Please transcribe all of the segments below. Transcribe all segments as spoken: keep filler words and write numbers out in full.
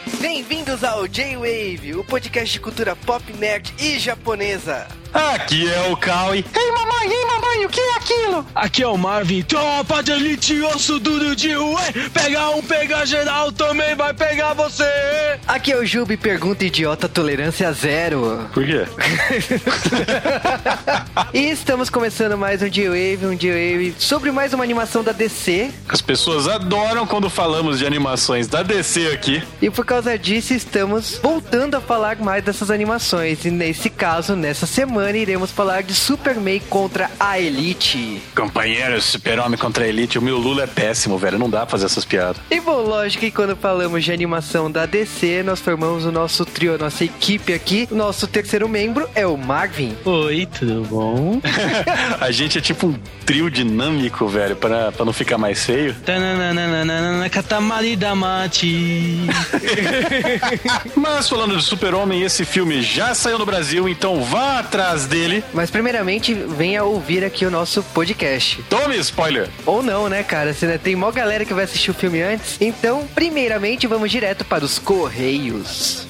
Bem-vindos ao J-Wave, o podcast de cultura pop, nerd e japonesa. Aqui é o Kaui. Ei mamãe, ei mamãe, o que é aquilo? Aqui é o Marvin, tropa de elite, osso duro de ué. Pega um, pega geral, também vai pegar você. Aqui é o Jubi, pergunta idiota, tolerância zero. Por quê? E estamos começando mais um J-Wave, um J-Wave sobre mais uma animação da D C. As pessoas adoram quando falamos de animações da D C aqui. E por causa disso estamos voltando a falar mais dessas animações. E nesse caso, nessa semana, iremos falar de Superman contra a Elite. Companheiro, Super-Homem contra a Elite. O meu Lula é péssimo, velho. Não dá pra fazer essas piadas. E bom, lógico que quando falamos de animação da D C, nós formamos o nosso trio, nossa equipe aqui. O nosso terceiro membro é o Marvin. Oi, tudo bom? A gente é tipo um trio dinâmico, velho, pra, pra não ficar mais feio. Tananana, Katamari Damacy. Mas falando de Super-Homem, esse filme já saiu no Brasil, então vá atrás dele. Mas primeiramente, venha ouvir aqui o nosso podcast. Tome spoiler! Ou não, né, cara? Se tem mó galera que vai assistir o filme antes. Então, primeiramente, vamos direto para os Correios.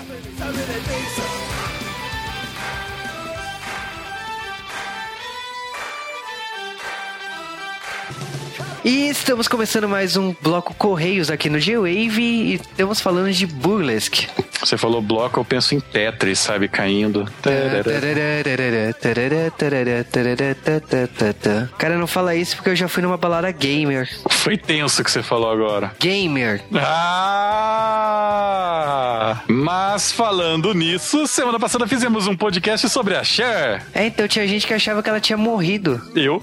E estamos começando mais um bloco Correios aqui no J-Wave e estamos falando de Burlesque. Você falou bloco, eu penso em Tetris, sabe, caindo. Cara, não fala isso porque eu já fui numa balada gamer. Foi tenso o que você falou agora. Gamer. Ah! Mas falando nisso, semana passada fizemos um podcast sobre a Cher. É, então tinha gente que achava que ela tinha morrido. Eu?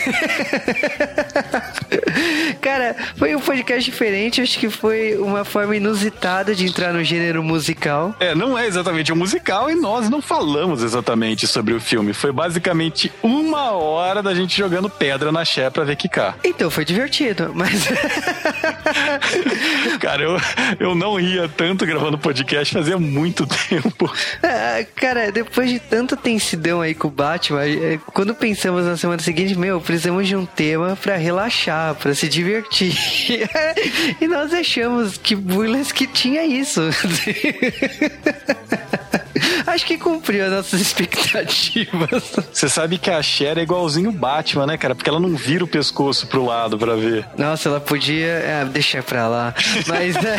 Cara, foi um podcast diferente, acho que foi uma forma inusitada de entrar no gênero musical. É, não é exatamente um musical e nós não falamos exatamente sobre o filme. Foi basicamente uma hora da gente jogando pedra na Cher pra ver quicar. Então, foi divertido, mas... Cara, eu, eu não ria tanto gravando podcast fazia muito tempo. Ah, cara, depois de tanta tensidão aí com o Batman, quando pensamos na semana seguinte, meu, precisamos de um tema pra relaxar, pra se divertir. E nós achamos que Burlesque tinha isso. Acho que cumpriu as nossas expectativas. Você sabe que a Cher é igualzinho o Batman, né, cara? Porque ela não vira o pescoço pro lado pra ver. Nossa, ela podia... É, deixa pra lá. Mas, é...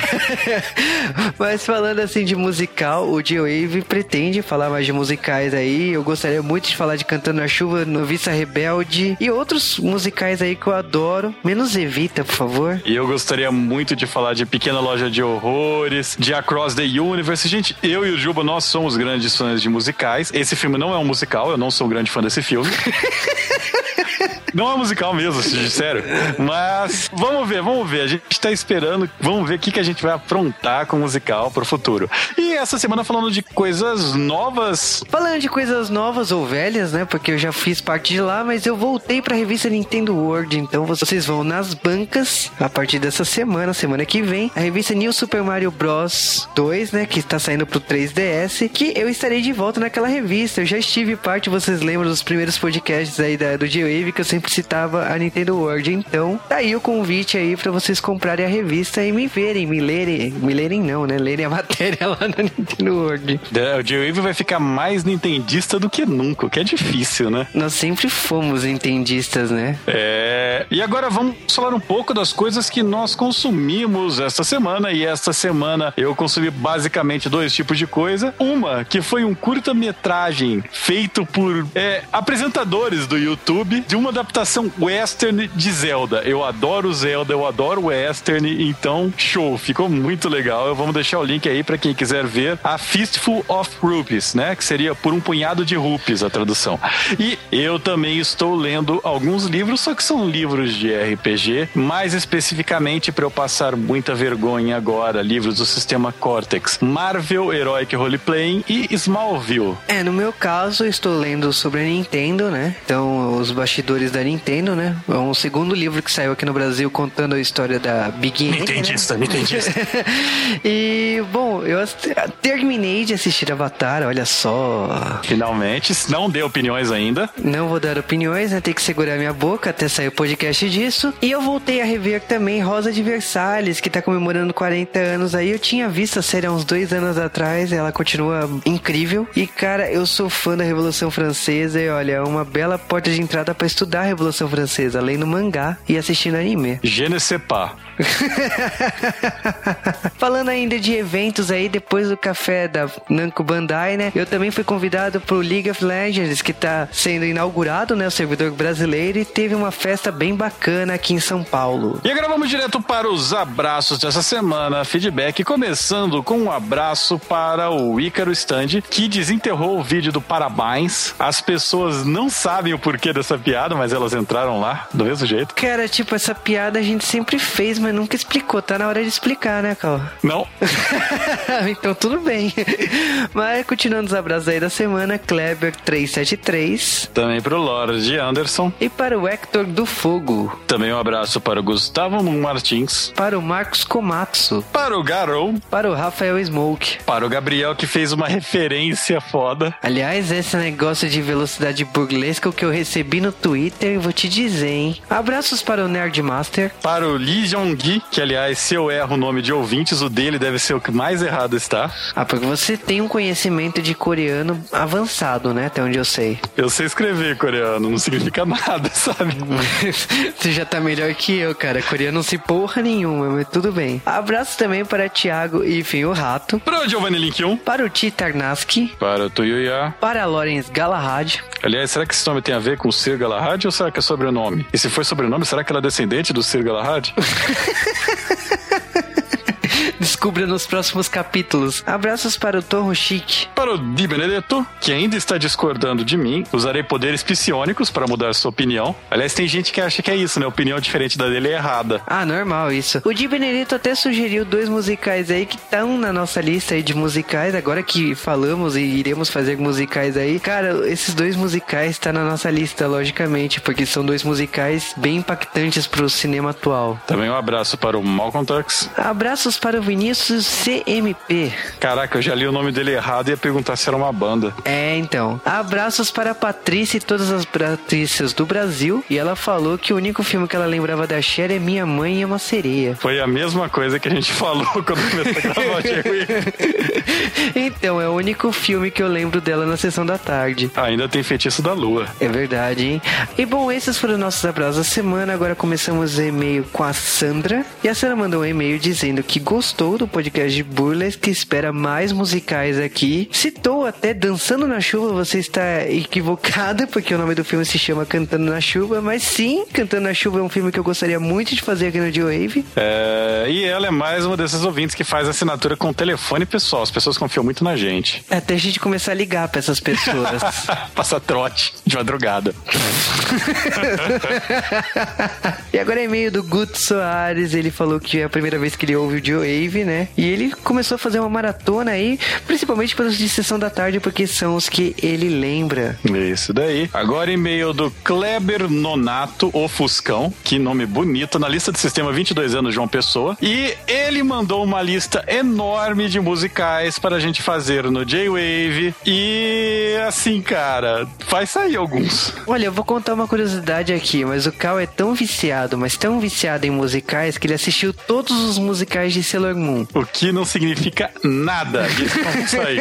Mas falando assim de musical, o J-Wave pretende falar mais de musicais aí. Eu gostaria muito de falar de Cantando na Chuva, Noviça Rebelde e outros musicais aí que eu adoro. Menos Evita, por favor. E eu gostaria muito de falar de Pequena Loja de Horrores, de Across the Universe. Gente, eu e o Juba, nós somos grandes fãs de musicais. Esse filme não é um musical, eu não sou um grande fã desse filme. Não é musical mesmo, sério. Mas vamos ver, vamos ver. A gente tá esperando, vamos ver o que, que a gente vai aprontar com o musical pro futuro. E essa semana falando de coisas novas. Falando de coisas novas ou velhas, né? Porque eu já fiz parte de lá, mas eu voltei pra revista Nintendo World. Então vocês vão nas bancas a partir dessa semana, semana que vem. A revista New Super Mario Bros. dois, né? Que está saindo pro três D S. Que eu estarei de volta naquela revista. Eu já estive parte, vocês lembram dos primeiros podcasts aí da, do J-Wave, que eu sempre citava a Nintendo World. Então, tá aí o convite aí pra vocês comprarem a revista e me verem, me lerem. Me lerem não, né? Lerem a matéria lá na Nintendo World. O J-Wave vai ficar mais nintendista do que nunca, o que é difícil, né? Nós sempre fomos nintendistas, né? É... E agora vamos falar um pouco das coisas que nós consumimos esta semana. E esta semana eu consumi basicamente dois tipos de coisa. Uma, que foi um curta-metragem feito por é, apresentadores do YouTube de uma adaptação western de Zelda. Eu adoro Zelda, eu adoro western, então show, ficou muito legal. Vamos deixar o link aí pra quem quiser ver. A Fistful of Rupees, né? Que seria por um punhado de rupees a tradução. E eu também estou lendo alguns livros, só que são livros de R P G, mais especificamente para eu passar muita vergonha agora, livros do sistema Cortex, Marvel Heroic Roleplaying e Smallville. É, no meu caso, eu estou lendo sobre a Nintendo, né? Então, os bastidores da Nintendo, né? É um segundo livro que saiu aqui no Brasil contando a história da Big N. Nintendista, né? Nintendista. E, bom, eu terminei de assistir Avatar, olha só. Finalmente, não dê opiniões ainda. Não vou dar opiniões, né? Tem que segurar minha boca até sair o podcast disso. E eu voltei a rever também Rosa de Versalhes, que tá comemorando quarenta anos aí. Eu tinha visto a série há uns dois anos atrás, ela continua incrível. E, cara, eu sou fã da Revolução Francesa e, olha, é uma bela porta de entrada pra estudar a Revolução Francesa, além do mangá e assistindo anime. Je ne sais pas. Falando ainda de eventos aí, depois do café da Namco Bandai, né? Eu também fui convidado pro League of Legends, que tá sendo inaugurado, né? O servidor brasileiro, e teve uma festa bem bacana aqui em São Paulo. E agora vamos direto para os abraços dessa semana, feedback, começando com um abraço para o Ícaro Stand, que desenterrou o vídeo do Parabéns. As pessoas não sabem o porquê dessa piada, mas elas entraram lá do mesmo jeito. Cara, tipo, essa piada a gente sempre fez, mas nunca explicou. Tá na hora de explicar, né, Cal? Não. Então tudo bem. Mas continuando os abraços aí da semana, Kleber trezentos e setenta e três. Também para o Lorde Anderson. E para o Hector do Fogo. Também um abraço para o Gustavo Martins. Para o Marcos Komatsu. Para o Garou. Para o Rafael Smoke. Para o Gabriel, que fez uma referência foda. Aliás, esse negócio de velocidade burlesca que eu recebi no Twitter, vou te dizer, hein? Abraços para o Nerdmaster. Para o Lee Jong-gi, que aliás, se eu erro o nome de ouvintes, o dele deve ser o que mais errado está. Ah, porque você tem um conhecimento de coreano avançado, né? Até onde eu sei. Eu sei escrever coreano, não significa nada, sabe? Você já tá melhor que eu, cara. Coreano não se porra nenhuma, mas tudo bem. Abraço também para Thiago e, enfim, o Rato. Para o Giovanni Linkyun. Para o Titarnaski. Para o Tuyuya. Para a Lawrence Galahad. Aliás, será que esse nome tem a ver com o Sir Galahad ou será que é sobrenome? E se for sobrenome, será que ela é descendente do Sir Galahad? Descubra nos próximos capítulos. Abraços para o Torro Chique. Para o Di Benedetto, que ainda está discordando de mim. Usarei poderes psionicos para mudar sua opinião. Aliás, tem gente que acha que é isso, né? Opinião diferente da dele é errada. Ah, normal isso. O Di Benedetto até sugeriu dois musicais aí que estão na nossa lista aí de musicais. Agora que falamos e iremos fazer musicais aí. Cara, esses dois musicais estão na nossa lista, logicamente, porque são dois musicais bem impactantes pro cinema atual. Também um abraço para o Malcolm Tux. Abraços para o Vinícius C M P. Caraca, eu já li o nome dele errado e ia perguntar se era uma banda. É, então. Abraços para a Patrícia e todas as Patrícias do Brasil. E ela falou que o único filme que ela lembrava da Cher é Minha Mãe e uma Sereia. Foi a mesma coisa que a gente falou quando começou a gravar o Diego. Então, é o único filme que eu lembro dela na sessão da tarde. Ainda tem Feitiço da Lua. É verdade, hein? E bom, esses foram nossos abraços da semana. Agora começamos o e-mail com a Sandra. E a Sandra mandou um e-mail dizendo que gostou do podcast de Burlesque, que espera mais musicais aqui. Citou até Dançando na Chuva. Você está equivocada, porque o nome do filme se chama Cantando na Chuva, mas sim, Cantando na Chuva é um filme que eu gostaria muito de fazer aqui no J-Wave. É, e ela é mais uma desses ouvintes que faz assinatura com telefone pessoal. As pessoas confiam muito na gente. Até a gente começar a ligar para essas pessoas. Passa trote de madrugada. E agora é e-mail do Guto Soares. Ele falou que é a primeira vez que ele ouve o J-Wave, né? E ele começou a fazer uma maratona aí, principalmente pelos de sessão da tarde, porque são os que ele lembra. Isso daí. Agora e-mail do Kleber Nonato, o Fuscão. Que nome bonito. Na lista do sistema, vinte e dois anos, João Pessoa. E ele mandou uma lista enorme de musicais para a gente fazer no J-Wave. E assim, cara, vai sair alguns. Olha, eu vou contar uma curiosidade aqui, mas o Cal é tão viciado, mas tão viciado em musicais, que ele assistiu todos os musicais de Sailor Moon. O que não significa nada. Isso não sai.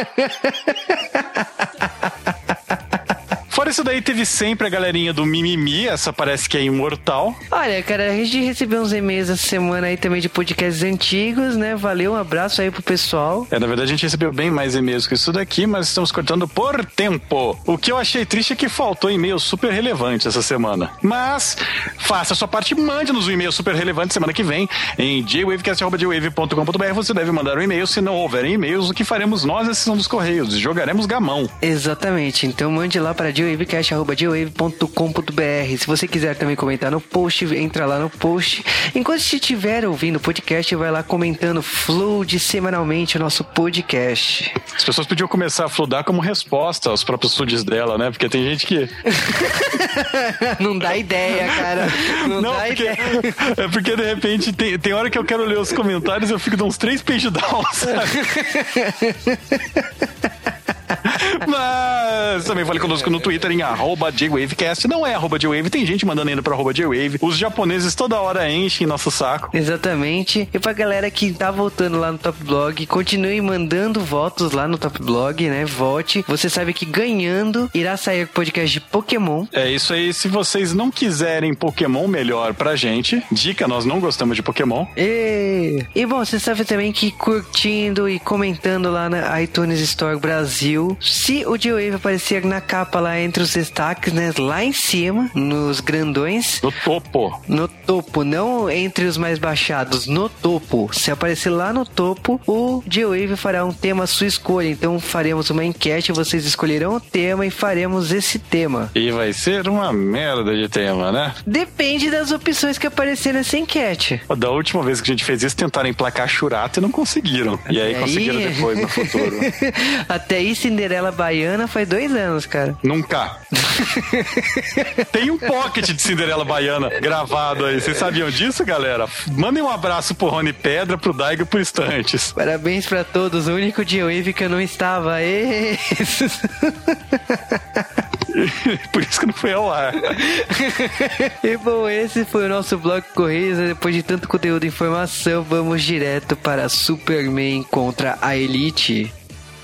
Fora isso daí, teve sempre a galerinha do Mimimi, essa parece que é imortal. Olha, cara, a gente recebeu uns e-mails essa semana aí também de podcasts antigos, né? Valeu, um abraço aí pro pessoal. É, na verdade a gente recebeu bem mais e-mails que isso daqui, mas estamos cortando por tempo. O que eu achei triste é que faltou e-mail super relevante essa semana. Mas, faça a sua parte, mande-nos um e-mail super relevante semana que vem em j wavecast arroba j wave ponto com ponto b r. Você deve mandar um e-mail. Se não houverem e-mails, o que faremos nós é a sessão dos Correios. Jogaremos gamão. Exatamente, então mande lá para j jwavecast arroba j wave ponto com ponto b r. Se você quiser também comentar no post, entra lá no post. Enquanto você estiver ouvindo o podcast, vai lá comentando flood semanalmente o nosso podcast. As pessoas podiam começar a fludar como resposta aos próprios fludes dela, né? Porque tem gente que... Não dá ideia, cara. Não, Não dá porque, ideia. É porque, de repente, tem, tem hora que eu quero ler os comentários e eu fico dando uns três page down, sabe? Mas também fale conosco no Twitter em arroba jwavecast. Não é arroba jwave, tem gente mandando ainda pra arroba jwave. Os japoneses toda hora enchem nosso saco. Exatamente. E pra galera que tá voltando lá no Top Blog, continue mandando votos lá no Top Blog, né? Vote. Você sabe que ganhando irá sair podcast de Pokémon. É isso aí. Se vocês não quiserem Pokémon melhor pra gente, dica, nós não gostamos de Pokémon. E, e bom, você sabe também que curtindo e comentando lá na iTunes Store Brasil, se o J-Wave aparecer na capa lá entre os destaques, né? Lá em cima, nos grandões. No topo. No topo, não entre os mais baixados, no topo. Se aparecer lá no topo, o J-Wave fará um tema à sua escolha. Então faremos uma enquete, vocês escolherão o tema e faremos esse tema. E vai ser uma merda de tema, né? Depende das opções que aparecerem nessa enquete. Da última vez que a gente fez isso, tentaram emplacar Churato e não conseguiram. E aí, aí conseguiram depois, no futuro. Até aí, Cinderela Baiana faz dois anos, cara. Nunca. Tem um pocket de Cinderela Baiana gravado aí. Vocês sabiam disso, galera? Mandem um abraço pro Rony Pedra, pro Daigo e pro Instantes. Parabéns pra todos. O único J-Wave que eu não estava. Aê! Por isso que não foi ao ar. E bom, esse foi o nosso blog Correios. Depois de tanto conteúdo e informação, vamos direto para Superman contra a Elite.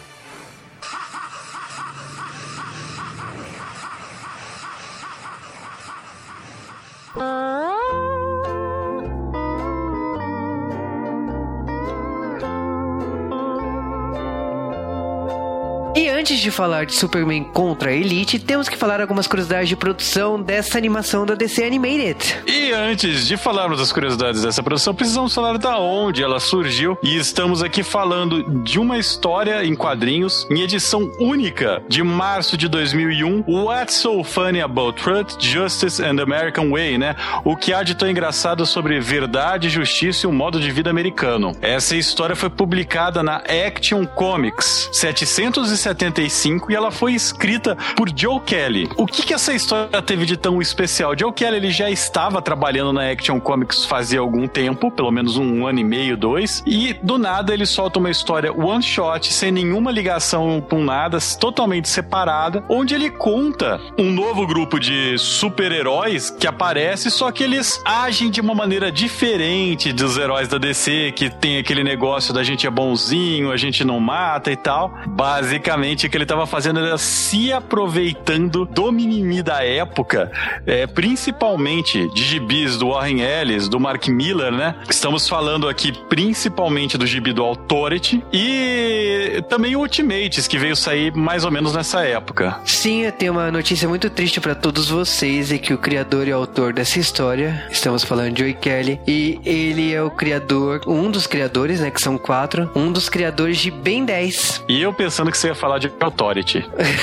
E antes de falar de Superman contra a Elite, temos que falar algumas curiosidades de produção dessa animação da D C Animated. E antes de falarmos das curiosidades dessa produção, precisamos falar da onde ela surgiu. E estamos aqui falando de uma história em quadrinhos, em edição única, de março de dois mil e um, What's So Funny About Truth, Justice and American Way, né? O que há de tão engraçado sobre verdade, justiça e o modo de vida americano. Essa história foi publicada na Action Comics setecentos e setenta e cinco e ela foi escrita por Joe Kelly. O que que essa história teve de tão especial? Joe Kelly, ele já estava trabalhando na Action Comics fazia algum tempo, pelo menos um ano e meio, dois, e do nada ele solta uma história one shot, sem nenhuma ligação com nada, totalmente separada, onde ele conta um novo grupo de super-heróis que aparece, só que eles agem de uma maneira diferente dos heróis da D C, que tem aquele negócio da gente é bonzinho, a gente não mata e tal. Basicamente, o que ele estava fazendo era se aproveitando do mimimi da época, é, principalmente de gibis do Warren Ellis, do Mark Millar, né? Estamos falando aqui principalmente do gibi do Authority e também o Ultimates, que veio sair mais ou menos nessa época. Sim, eu tenho uma notícia muito triste para todos vocês, é que o criador e autor dessa história, estamos falando de Joe Kelly, e ele é o criador, um dos criadores, né, que são quatro, um dos criadores de Ben dez. E eu pensando que você ia falar de Authority.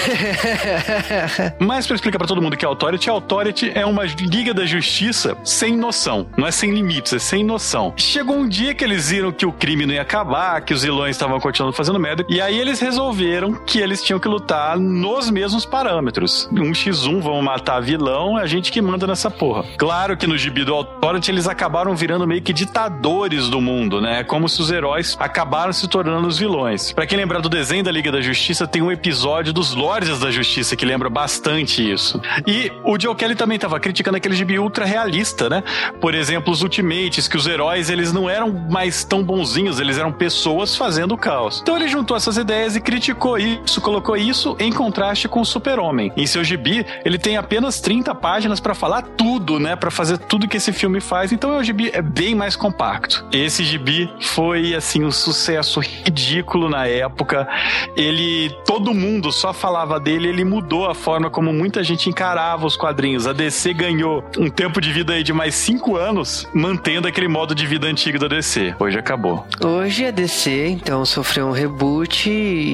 Mas pra explicar pra todo mundo que é Authority, Authority é uma Liga da Justiça sem noção. Não é sem limites, é sem noção. Chegou um dia que eles viram que o crime não ia acabar, que os vilões estavam continuando fazendo merda, e aí eles resolveram que eles tinham que lutar nos mesmos parâmetros. Um contra um, vamos matar vilão, é a gente que manda nessa porra. Claro que no gibi do Authority eles acabaram virando meio que ditadores do mundo, né? Como se os heróis acabaram se tornando os vilões. Pra quem lembrar do desenho da Liga da Justiça, tem um episódio dos Lords da Justiça que lembra bastante isso. E o Joe Kelly também tava criticando aquele gibi ultra realista, né? Por exemplo, os Ultimates, que os heróis, eles não eram mais tão bonzinhos, eles eram pessoas fazendo caos. Então ele juntou essas ideias e criticou isso, colocou isso em contraste com o Super-Homem. Em seu gibi, ele tem apenas trinta páginas pra falar tudo, né? Pra fazer tudo que esse filme faz, então o gibi é bem mais compacto. Esse gibi foi, assim, um sucesso ridículo na época. Ele todo mundo só falava dele, ele mudou a forma como muita gente encarava os quadrinhos. A D C ganhou um tempo de vida aí de mais cinco anos, mantendo aquele modo de vida antigo da D C. Hoje acabou. Hoje a D C, então, sofreu um reboot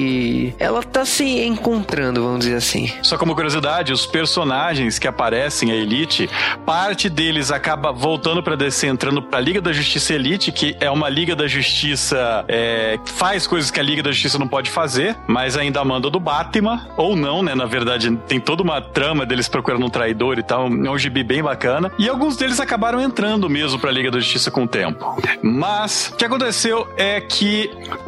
e ela tá se encontrando, vamos dizer assim. Só como curiosidade, os personagens que aparecem, a Elite, parte deles acaba voltando pra D C, entrando pra Liga da Justiça Elite, que é uma Liga da Justiça é, que faz coisas que a Liga da Justiça não pode fazer, mas ainda manda do Batman, ou não, né? Na verdade, tem toda uma trama deles procurando um traidor e tal, é um gibi bem bacana. E alguns deles acabaram entrando mesmo pra Liga da Justiça com o tempo. Mas, o que aconteceu é que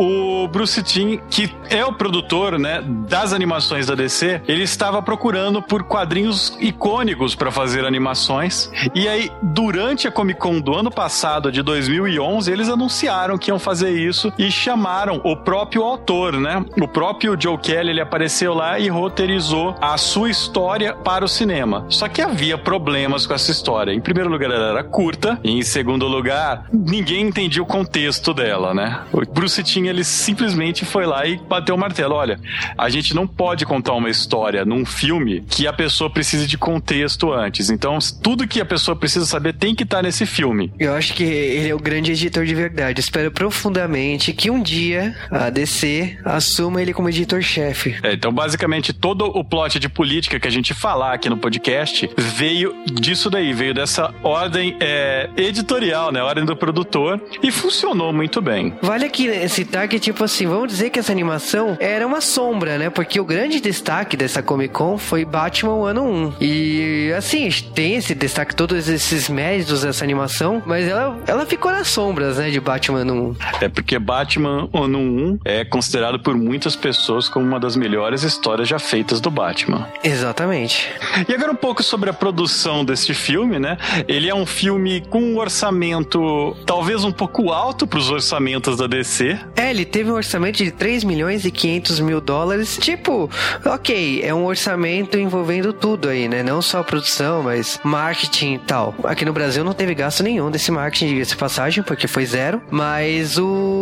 o Bruce Timm, que é o produtor, né, das animações da D C, ele estava procurando por quadrinhos icônicos pra fazer animações. E aí, durante a Comic Con do ano passado, de dois mil e onze, eles anunciaram que iam fazer isso e chamaram o próprio autor, né? O próprio Joe Kelly, ele apareceu lá e roteirizou a sua história para o cinema. Só que havia problemas com essa história. Em primeiro lugar, ela era curta, e em segundo lugar, ninguém entendia o contexto dela, né? O Bruce Timm, ele simplesmente foi lá e bateu o martelo. Olha, a gente não pode contar uma história num filme que a pessoa precise de contexto antes. Então, tudo que a pessoa precisa saber tem que estar nesse filme. Eu acho que ele é o grande editor de verdade. Espero profundamente que um dia a D C assuma ele como editor-chefe. É, então, basicamente, todo o plot de política que a gente falar aqui no podcast veio disso daí, veio dessa ordem é, editorial, né? A ordem do produtor, e funcionou muito bem. Vale aqui citar que, tipo assim, vamos dizer que essa animação era uma sombra, né? Porque o grande destaque dessa Comic Con foi Batman o ano um. E, assim, tem esse destaque, todos esses méritos dessa animação, mas ela, ela ficou nas sombras, né, de Batman ano um. É porque Batman ano um é considerado por muitas pessoas como uma das melhores histórias já feitas do Batman. Exatamente. E agora um pouco sobre a produção desse filme, né? Ele é um filme com um orçamento talvez um pouco alto para os orçamentos da D C. É, ele teve um orçamento de três milhões e quinhentos mil dólares. Tipo, ok, é um orçamento envolvendo tudo aí, né? Não só a produção, mas marketing e tal. Aqui no Brasil não teve gasto nenhum desse marketing, diga-se passagem, porque foi zero. Mas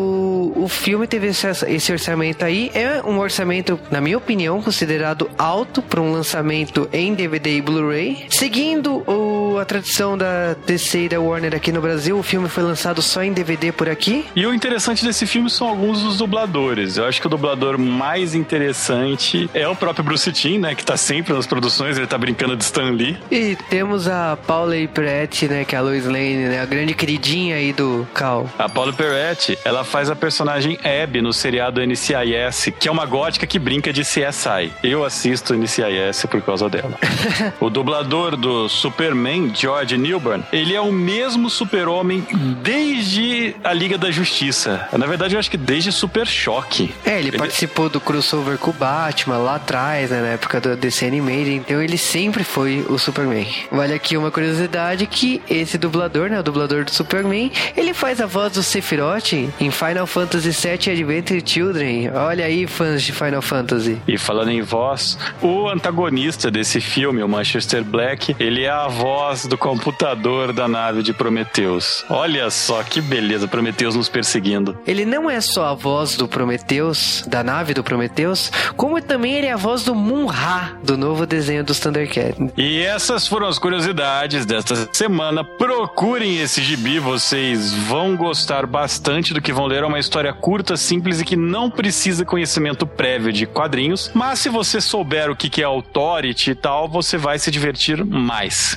o, o filme teve esse, esse orçamento aí. É um orçamento, na minha opinião, considerado alto para um lançamento em D V D e Blu-ray. Seguindo o, a tradição da D C e da Warner aqui no Brasil, o filme foi lançado só em D V D por aqui. E o interessante desse filme são alguns dos dubladores. Eu acho que o dublador mais interessante é o próprio Bruce Timm, né? Que tá sempre nas produções, ele tá brincando de Stan Lee. E temos a Paula Perrette, né? Que é a Lois Lane, né? A grande queridinha aí do Cal. A Paula Perrette, ela faz a personagem Abby no seriado N C I S, que é uma gótica que brinca de C S I. Eu assisto N C I S por causa dela. O dublador do Superman, George Newbern, ele é o mesmo super-homem desde a Liga da Justiça. Na verdade, eu acho que desde Super Choque. É, ele, ele participou do crossover com o Batman lá atrás, né, na época do D C Animated, então ele sempre foi o Superman. Vale aqui uma curiosidade que esse dublador, né, o dublador do Superman, ele faz a voz do Sephiroth em Final Fantasy sete Adventure Children. Olha aí, fãs de Final Fantasy. E falando em voz, o antagonista desse filme, o Manchester Black, ele é a voz do computador da nave de Prometheus. Olha só que beleza, Prometheus nos perseguindo. Ele não é só a voz do Prometheus, da nave do Prometheus, como também ele é a voz do Mun-Ra, do novo desenho dos Thundercats. E essas foram as curiosidades desta semana. Procurem esse gibi, vocês vão gostar bastante do que vão ler. É uma história curta, simples e que não precisa conhecimento prévio de quadrinhos, mas se você souber o que é Authority e tal, você vai se divertir mais.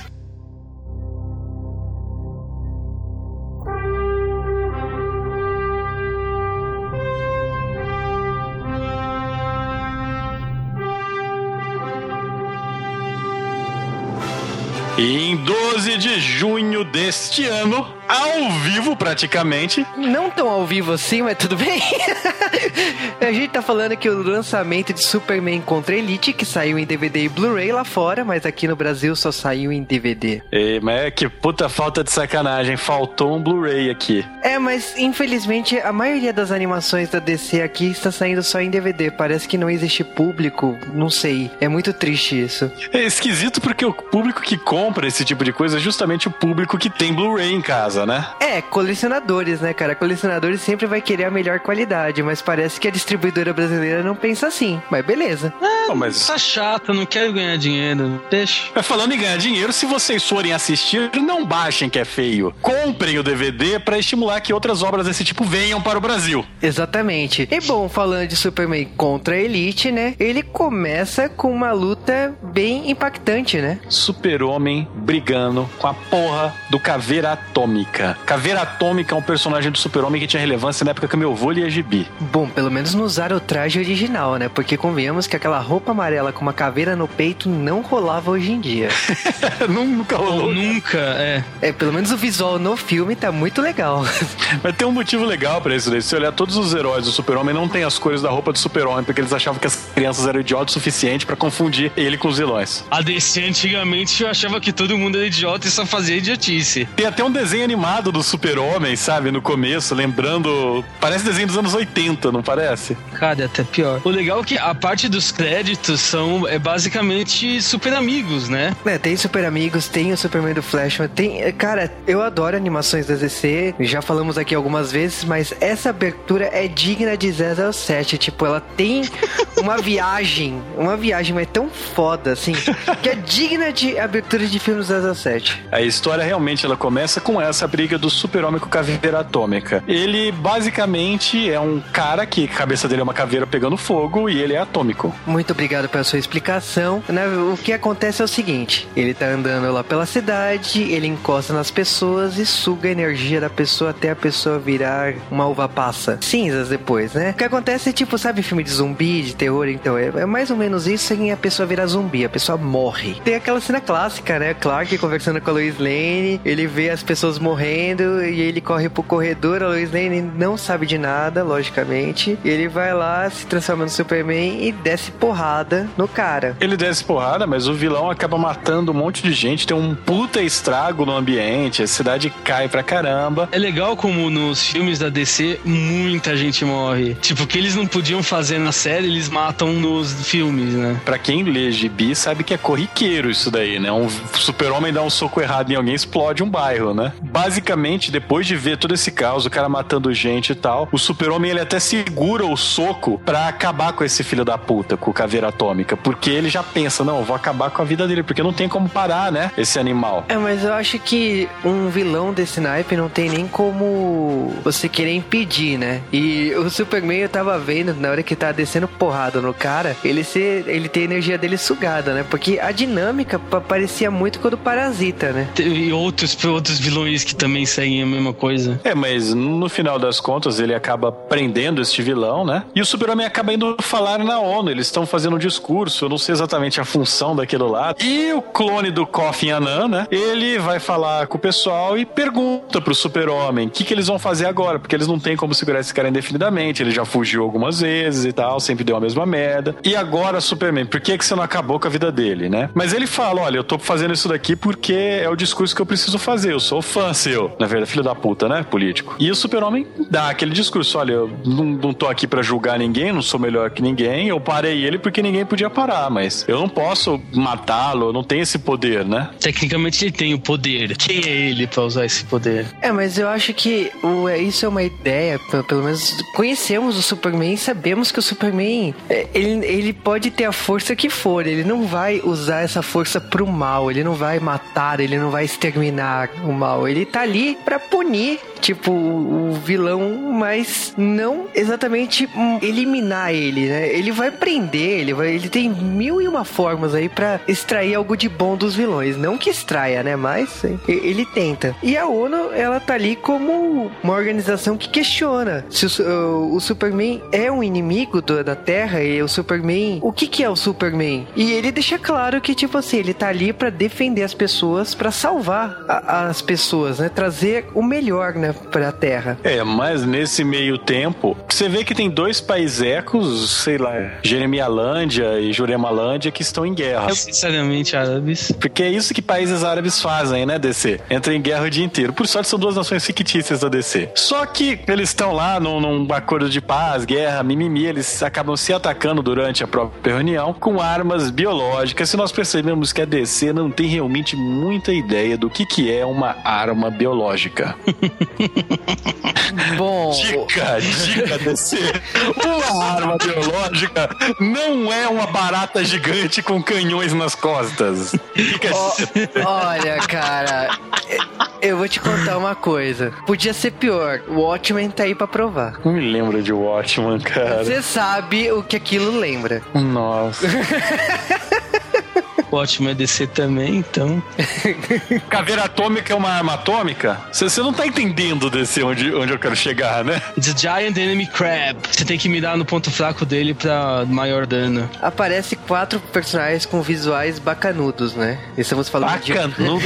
E em doze de junho deste ano, ao vivo praticamente. Não tão ao vivo assim, mas tudo bem. A gente tá falando aqui o lançamento de Superman contra Elite, que saiu em D V D e Blu-ray lá fora, mas aqui no Brasil só saiu em D V D. Ei, mas é que puta falta de sacanagem, faltou um Blu-ray aqui. É, mas infelizmente a maioria das animações da D C aqui está saindo só em D V D. Parece que não existe público, não sei. É muito triste isso. É esquisito porque o público que compra esse tipo de coisa é justamente o público que tem Blu-ray em casa, né? É, colecionadores, né, cara? Colecionadores sempre vai querer a melhor qualidade, mas parece que a distribuidora brasileira não pensa assim. Mas beleza. É, Não, mas- tá chato, não quero ganhar dinheiro. Deixa. Mas falando em ganhar dinheiro, se vocês forem assistir, não baixem que é feio. Comprem o D V D pra estimular que outras obras desse tipo venham para o Brasil. Exatamente. E bom, falando de Superman contra a Elite, né? Ele começa com uma luta bem impactante, né? Super-Homem brigando com a porra do Caveira Atômica. Caveira Atômica é um personagem do Super-Homem que tinha relevância na época que meu avô lia gibi. Bom, pelo menos não usaram o traje original, né? Porque convenhamos que aquela roupa amarela com uma caveira no peito não rolava hoje em dia. Nunca rolou. Ou nunca, é. É, pelo menos o visual no filme tá muito legal. Mas tem um motivo legal pra isso daí. Se você olhar todos os heróis do Super-Homem, não tem as cores da roupa do Super-Homem, porque eles achavam que as crianças eram idiotas o suficiente pra confundir ele com os vilões. A D C antigamente eu achava que todo mundo era idiota e só fazia idiotice. Tem até um desenho animado do Super-Homem, sabe? No começo, lembrando... Parece desenho dos anos oitenta, não parece? Cara, é até pior. O legal é que a parte dos créditos são é basicamente super amigos, né? É, tem Super Amigos, tem o Superman do Flashman, tem... Cara, eu adoro animações da D C, já falamos aqui algumas vezes, mas essa abertura é digna de zero zero sete, tipo, ela tem uma viagem, uma viagem, mas tão foda, assim, que é digna de abertura de filmes zero zero sete. A história realmente ela começa com essa briga do Super-Homem com Caveira Atômica. Ele basicamente é um cara que a cabeça dele é uma caveira pegando fogo e ele é atômico. Muito obrigado pela sua explicação. Né? O que acontece é o seguinte, ele tá andando lá pela cidade, ele encosta nas pessoas e suga a energia da pessoa até a pessoa virar uma uva passa. Cinzas depois, né? O que acontece é tipo, sabe filme de zumbi, de terror? Então, é, é mais ou menos isso em a pessoa virar zumbi, a pessoa morre. Tem aquela cena clássica, né? Clark conversando com a Lois Lane, ele vê as pessoas morrendo e ele corre pro corredor, a Lois Lane não sabe de nada, logicamente. E ele vai lá, se transforma no Superman e desce porrada no cara. Ele desce porrada, mas o vilão acaba matando um monte de gente, tem um puta estrago no ambiente, a cidade cai pra caramba. É legal como nos filmes da D C muita gente morre. Tipo, o que eles não podiam fazer na série, eles matam nos filmes, né? Pra quem lê gibi, sabe que é corriqueiro isso daí, né? Um Super-Homem dá um soco errado em alguém, explode um bairro, né? Basicamente, depois de ver todo esse caos, o cara matando gente e tal, o Super-Homem ele até segura o soco pra acabar com esse filho da puta, com o Caveira Atômica, porque ele já pensa, não, eu vou acabar com a vida dele, porque não tem como parar, né? Esse animal. É, mas eu acho que um vilão desse naipe não tem nem como você querer impedir, né? E o Superman, eu tava vendo, na hora que tá descendo porrada no cara, ele, se, ele tem a energia dele sugada, né? Porque a dinâmica parecia muito com a do Parasita, né? E outros, outros vilões que também seguem a mesma coisa. É, mas no final das contas ele acaba prendendo este vilão, né? E o Super-Homem acaba indo falar na ONU, eles estão fazendo um discurso, eu não sei exatamente a função daquilo lá. E o clone do Kofi Annan, né? Ele vai falar com o pessoal e pergunta pro Super-Homem o que, que eles vão fazer agora, porque eles não têm como segurar esse cara indefinidamente, ele já fugiu algumas vezes e tal, sempre deu a mesma merda. E agora, Superman, por que, que você não acabou com a vida dele, né? Mas ele fala, olha, eu tô fazendo isso daqui porque é o discurso que eu preciso fazer, eu sou fã seu. Na verdade, filho da puta, né? Político. E o Super-Homem dá aquele discurso, olha, eu não, não tô aqui pra julgar ninguém, não sou melhor que ninguém, eu parei ele porque ninguém podia parar, mas eu não posso matá-lo, eu não tenho esse poder, né? Tecnicamente ele tem o poder. Quem é ele pra usar esse poder? É, mas eu acho que o, isso é uma ideia, pelo menos conhecemos o Superman e sabemos que o Superman, ele, ele pode ter a força que for, ele não vai usar essa força pro mal, ele não vai matar, ele não vai exterminar o mal, ele tá ali pra punir, tipo, o, o vilão, mas não exatamente eliminar ele, né? Ele vai prender, ele, vai, ele tem mil e uma formas aí pra extrair algo de bom dos vilões, não que extraia, né? Mas ele tenta. E a ONU, ela tá ali como uma organização que questiona se o, o, o Superman é um inimigo do, da Terra e o Superman... O que que é o Superman? E ele deixa claro que, tipo assim, ele tá ali pra defender as pessoas, pra salvar a, as pessoas, né? Trazer o melhor, né? Pra Terra. É, mas nesse meio tempo, você vê que tem dois paisecos, sei lá, Jeremialândia e Juremalândia, que estão em guerra. Não necessariamente árabes. Porque é isso que países árabes fazem, né, D C? Entram em guerra o dia inteiro. Por sorte, são duas nações fictícias da D C. Só que eles estão lá num, num acordo de paz, guerra, mimimi, eles acabam se atacando durante a própria reunião com armas biológicas. Se nós percebemos que a D C não tem realmente muita ideia do que, que é uma arma biológica. Bom... Dica, dica D C. Uma arma biológica não é uma barata gigante com canhões nas costas. Dica oh, olha, cara... Eu vou te contar uma coisa. Podia ser pior. O Watchmen tá aí pra provar. Não me lembra de Watchmen, cara. Você sabe o que aquilo lembra. Nossa. Watchmen é D C também, então... Caveira atômica é uma arma atômica? Você não tá entendendo D C onde, onde eu quero chegar, né? It's a Giant Enemy Crab. Você tem que mirar no ponto fraco dele pra maior dano. Aparece quatro personagens com visuais bacanudos, né? Estamos falando bacanudos?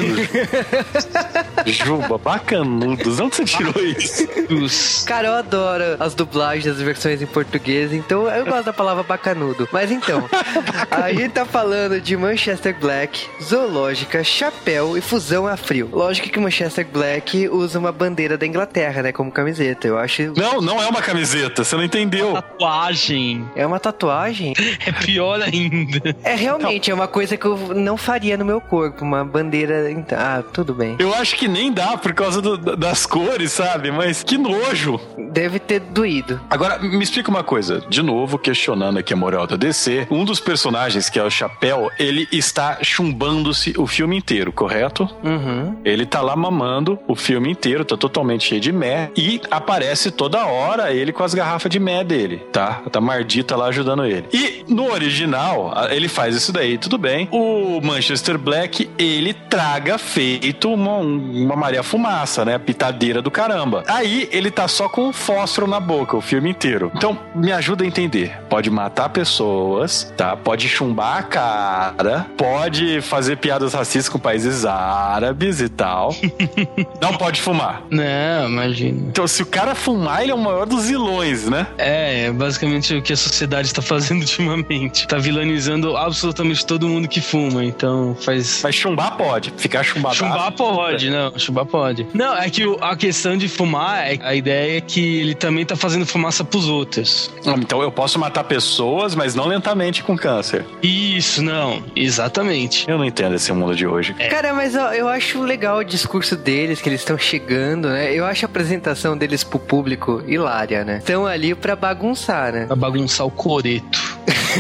De... Juba, bacanudos. Onde você tirou isso? Cara, eu adoro as dublagens das versões em português, então eu gosto da palavra bacanudo. Mas então, a gente tá falando de Manchester Black, Zoológica, Chapéu e Fusão a Frio. Lógico que Manchester Black usa uma bandeira da Inglaterra, né, como camiseta. Eu acho... Não, não é uma camiseta, você não entendeu. Uma tatuagem. É uma tatuagem? É pior ainda. É realmente, não. É uma coisa que eu não faria no meu corpo, uma bandeira... Ah, tudo bem. Eu acho que nem dá por causa do, das cores, sabe? Mas que nojo. Deve ter doído. Agora, me explica uma coisa. De novo, questionando aqui a moral da D C, um dos personagens, que é o Chapéu, ele está chumbando-se o filme inteiro, correto? Uhum. Ele tá lá mamando o filme inteiro, tá totalmente cheio de mé, e aparece toda hora ele com as garrafas de mé dele, tá? Tá Mardita lá ajudando ele. E no original, ele faz isso daí, tudo bem. O Manchester Black, ele traga feito uma, uma Maria Fumaça, né? Pitadeira do caramba. Aí, ele tá só com um fósforo na boca o filme inteiro. Então, me ajuda a entender. Pode matar pessoas, tá? Pode chumbar a cara, pode fazer piadas racistas com países árabes e tal. Não pode fumar. Não, imagina. Então, se o cara fumar, ele é o maior dos vilões, né? É, é basicamente o que a sociedade está fazendo ultimamente. Tá vilanizando absolutamente todo mundo que fuma, então faz... Mas chumbar pode. Ficar chumbado. Chumbar pode, não. Chumbar pode. Não, é que a questão de fumar, a ideia é que ele também tá fazendo fumaça pros outros. Então eu posso matar pessoas, mas não lentamente com câncer. Isso, não. Exatamente. Eu não entendo esse mundo de hoje. É. Cara, mas ó, eu acho legal o discurso deles, que eles estão chegando, né? Eu acho a apresentação deles pro público hilária, né? Estão ali pra bagunçar, né? Pra bagunçar o coreto.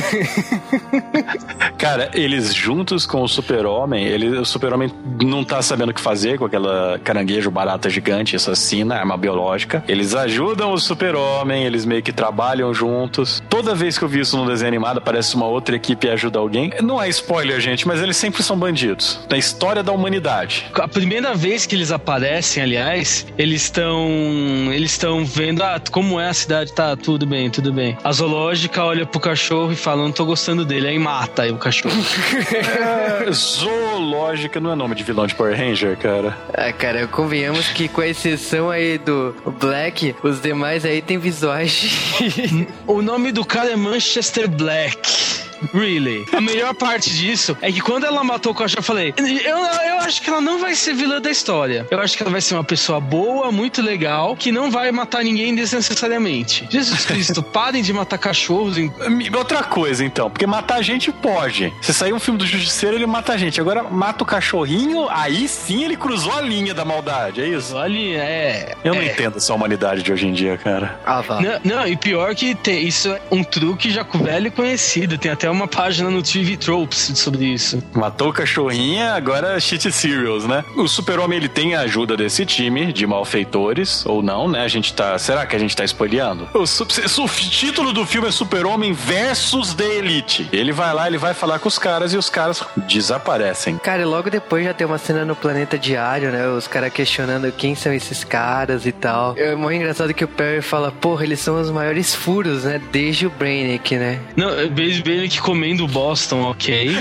Cara, eles juntos com o Super-Homem, ele, o Super-Homem não tá sabendo o que fazer com aquela caranguejo barata gigante assassina, arma biológica. Eles ajudam o Super-Homem, eles meio que trabalham juntos. Toda vez que eu vi isso no desenho animado, parece uma outra equipe ajuda alguém. Não é spoiler, gente, mas eles sempre são bandidos. Na história da humanidade. A primeira vez que eles aparecem, aliás, eles estão eles estão vendo, ah, como é a cidade, tá, tudo bem, tudo bem. A zoológica olha pro cachorro e fala, não tô gostando dele, aí mata aí o cachorro. É, zoológica não é nome de vilão de Power Ranger, cara. Ah, cara, convenhamos que com a exceção aí do Black, os demais aí tem visuais. O nome do cara é Manchester Black. Really? A melhor parte disso é que quando ela matou o cachorro, eu falei, eu, eu acho que ela não vai ser vilã da história. Eu acho que ela vai ser uma pessoa boa, muito legal, que não vai matar ninguém desnecessariamente. Jesus Cristo, parem de matar cachorros. Em... Outra coisa, então, porque matar gente pode. Se sair um filme do Justiceiro, ele mata a gente. Agora, mata o cachorrinho, aí sim ele cruzou a linha da maldade, é isso? A linha, é. Eu não é. entendo essa humanidade de hoje em dia, cara. Ah, vá. Não, não, e pior que tem, isso é um truque já velho e conhecido. Tem até uma página no T V Tropes sobre isso. Matou o cachorrinha, agora shit serials, né? O Super-Homem, ele tem a ajuda desse time de malfeitores, ou não, né? A gente tá... Será que a gente tá spoileando? O, o, o título do filme é Super-Homem versus The Elite. Ele vai lá, ele vai falar com os caras e os caras desaparecem. Cara, e logo depois já tem uma cena no Planeta Diário, né? Os caras questionando quem são esses caras e tal. É muito engraçado que o Perry fala, porra, eles são os maiores furos, né? Desde o Brainiac, né? Não, desde o Brainiac comendo do Boston, ok.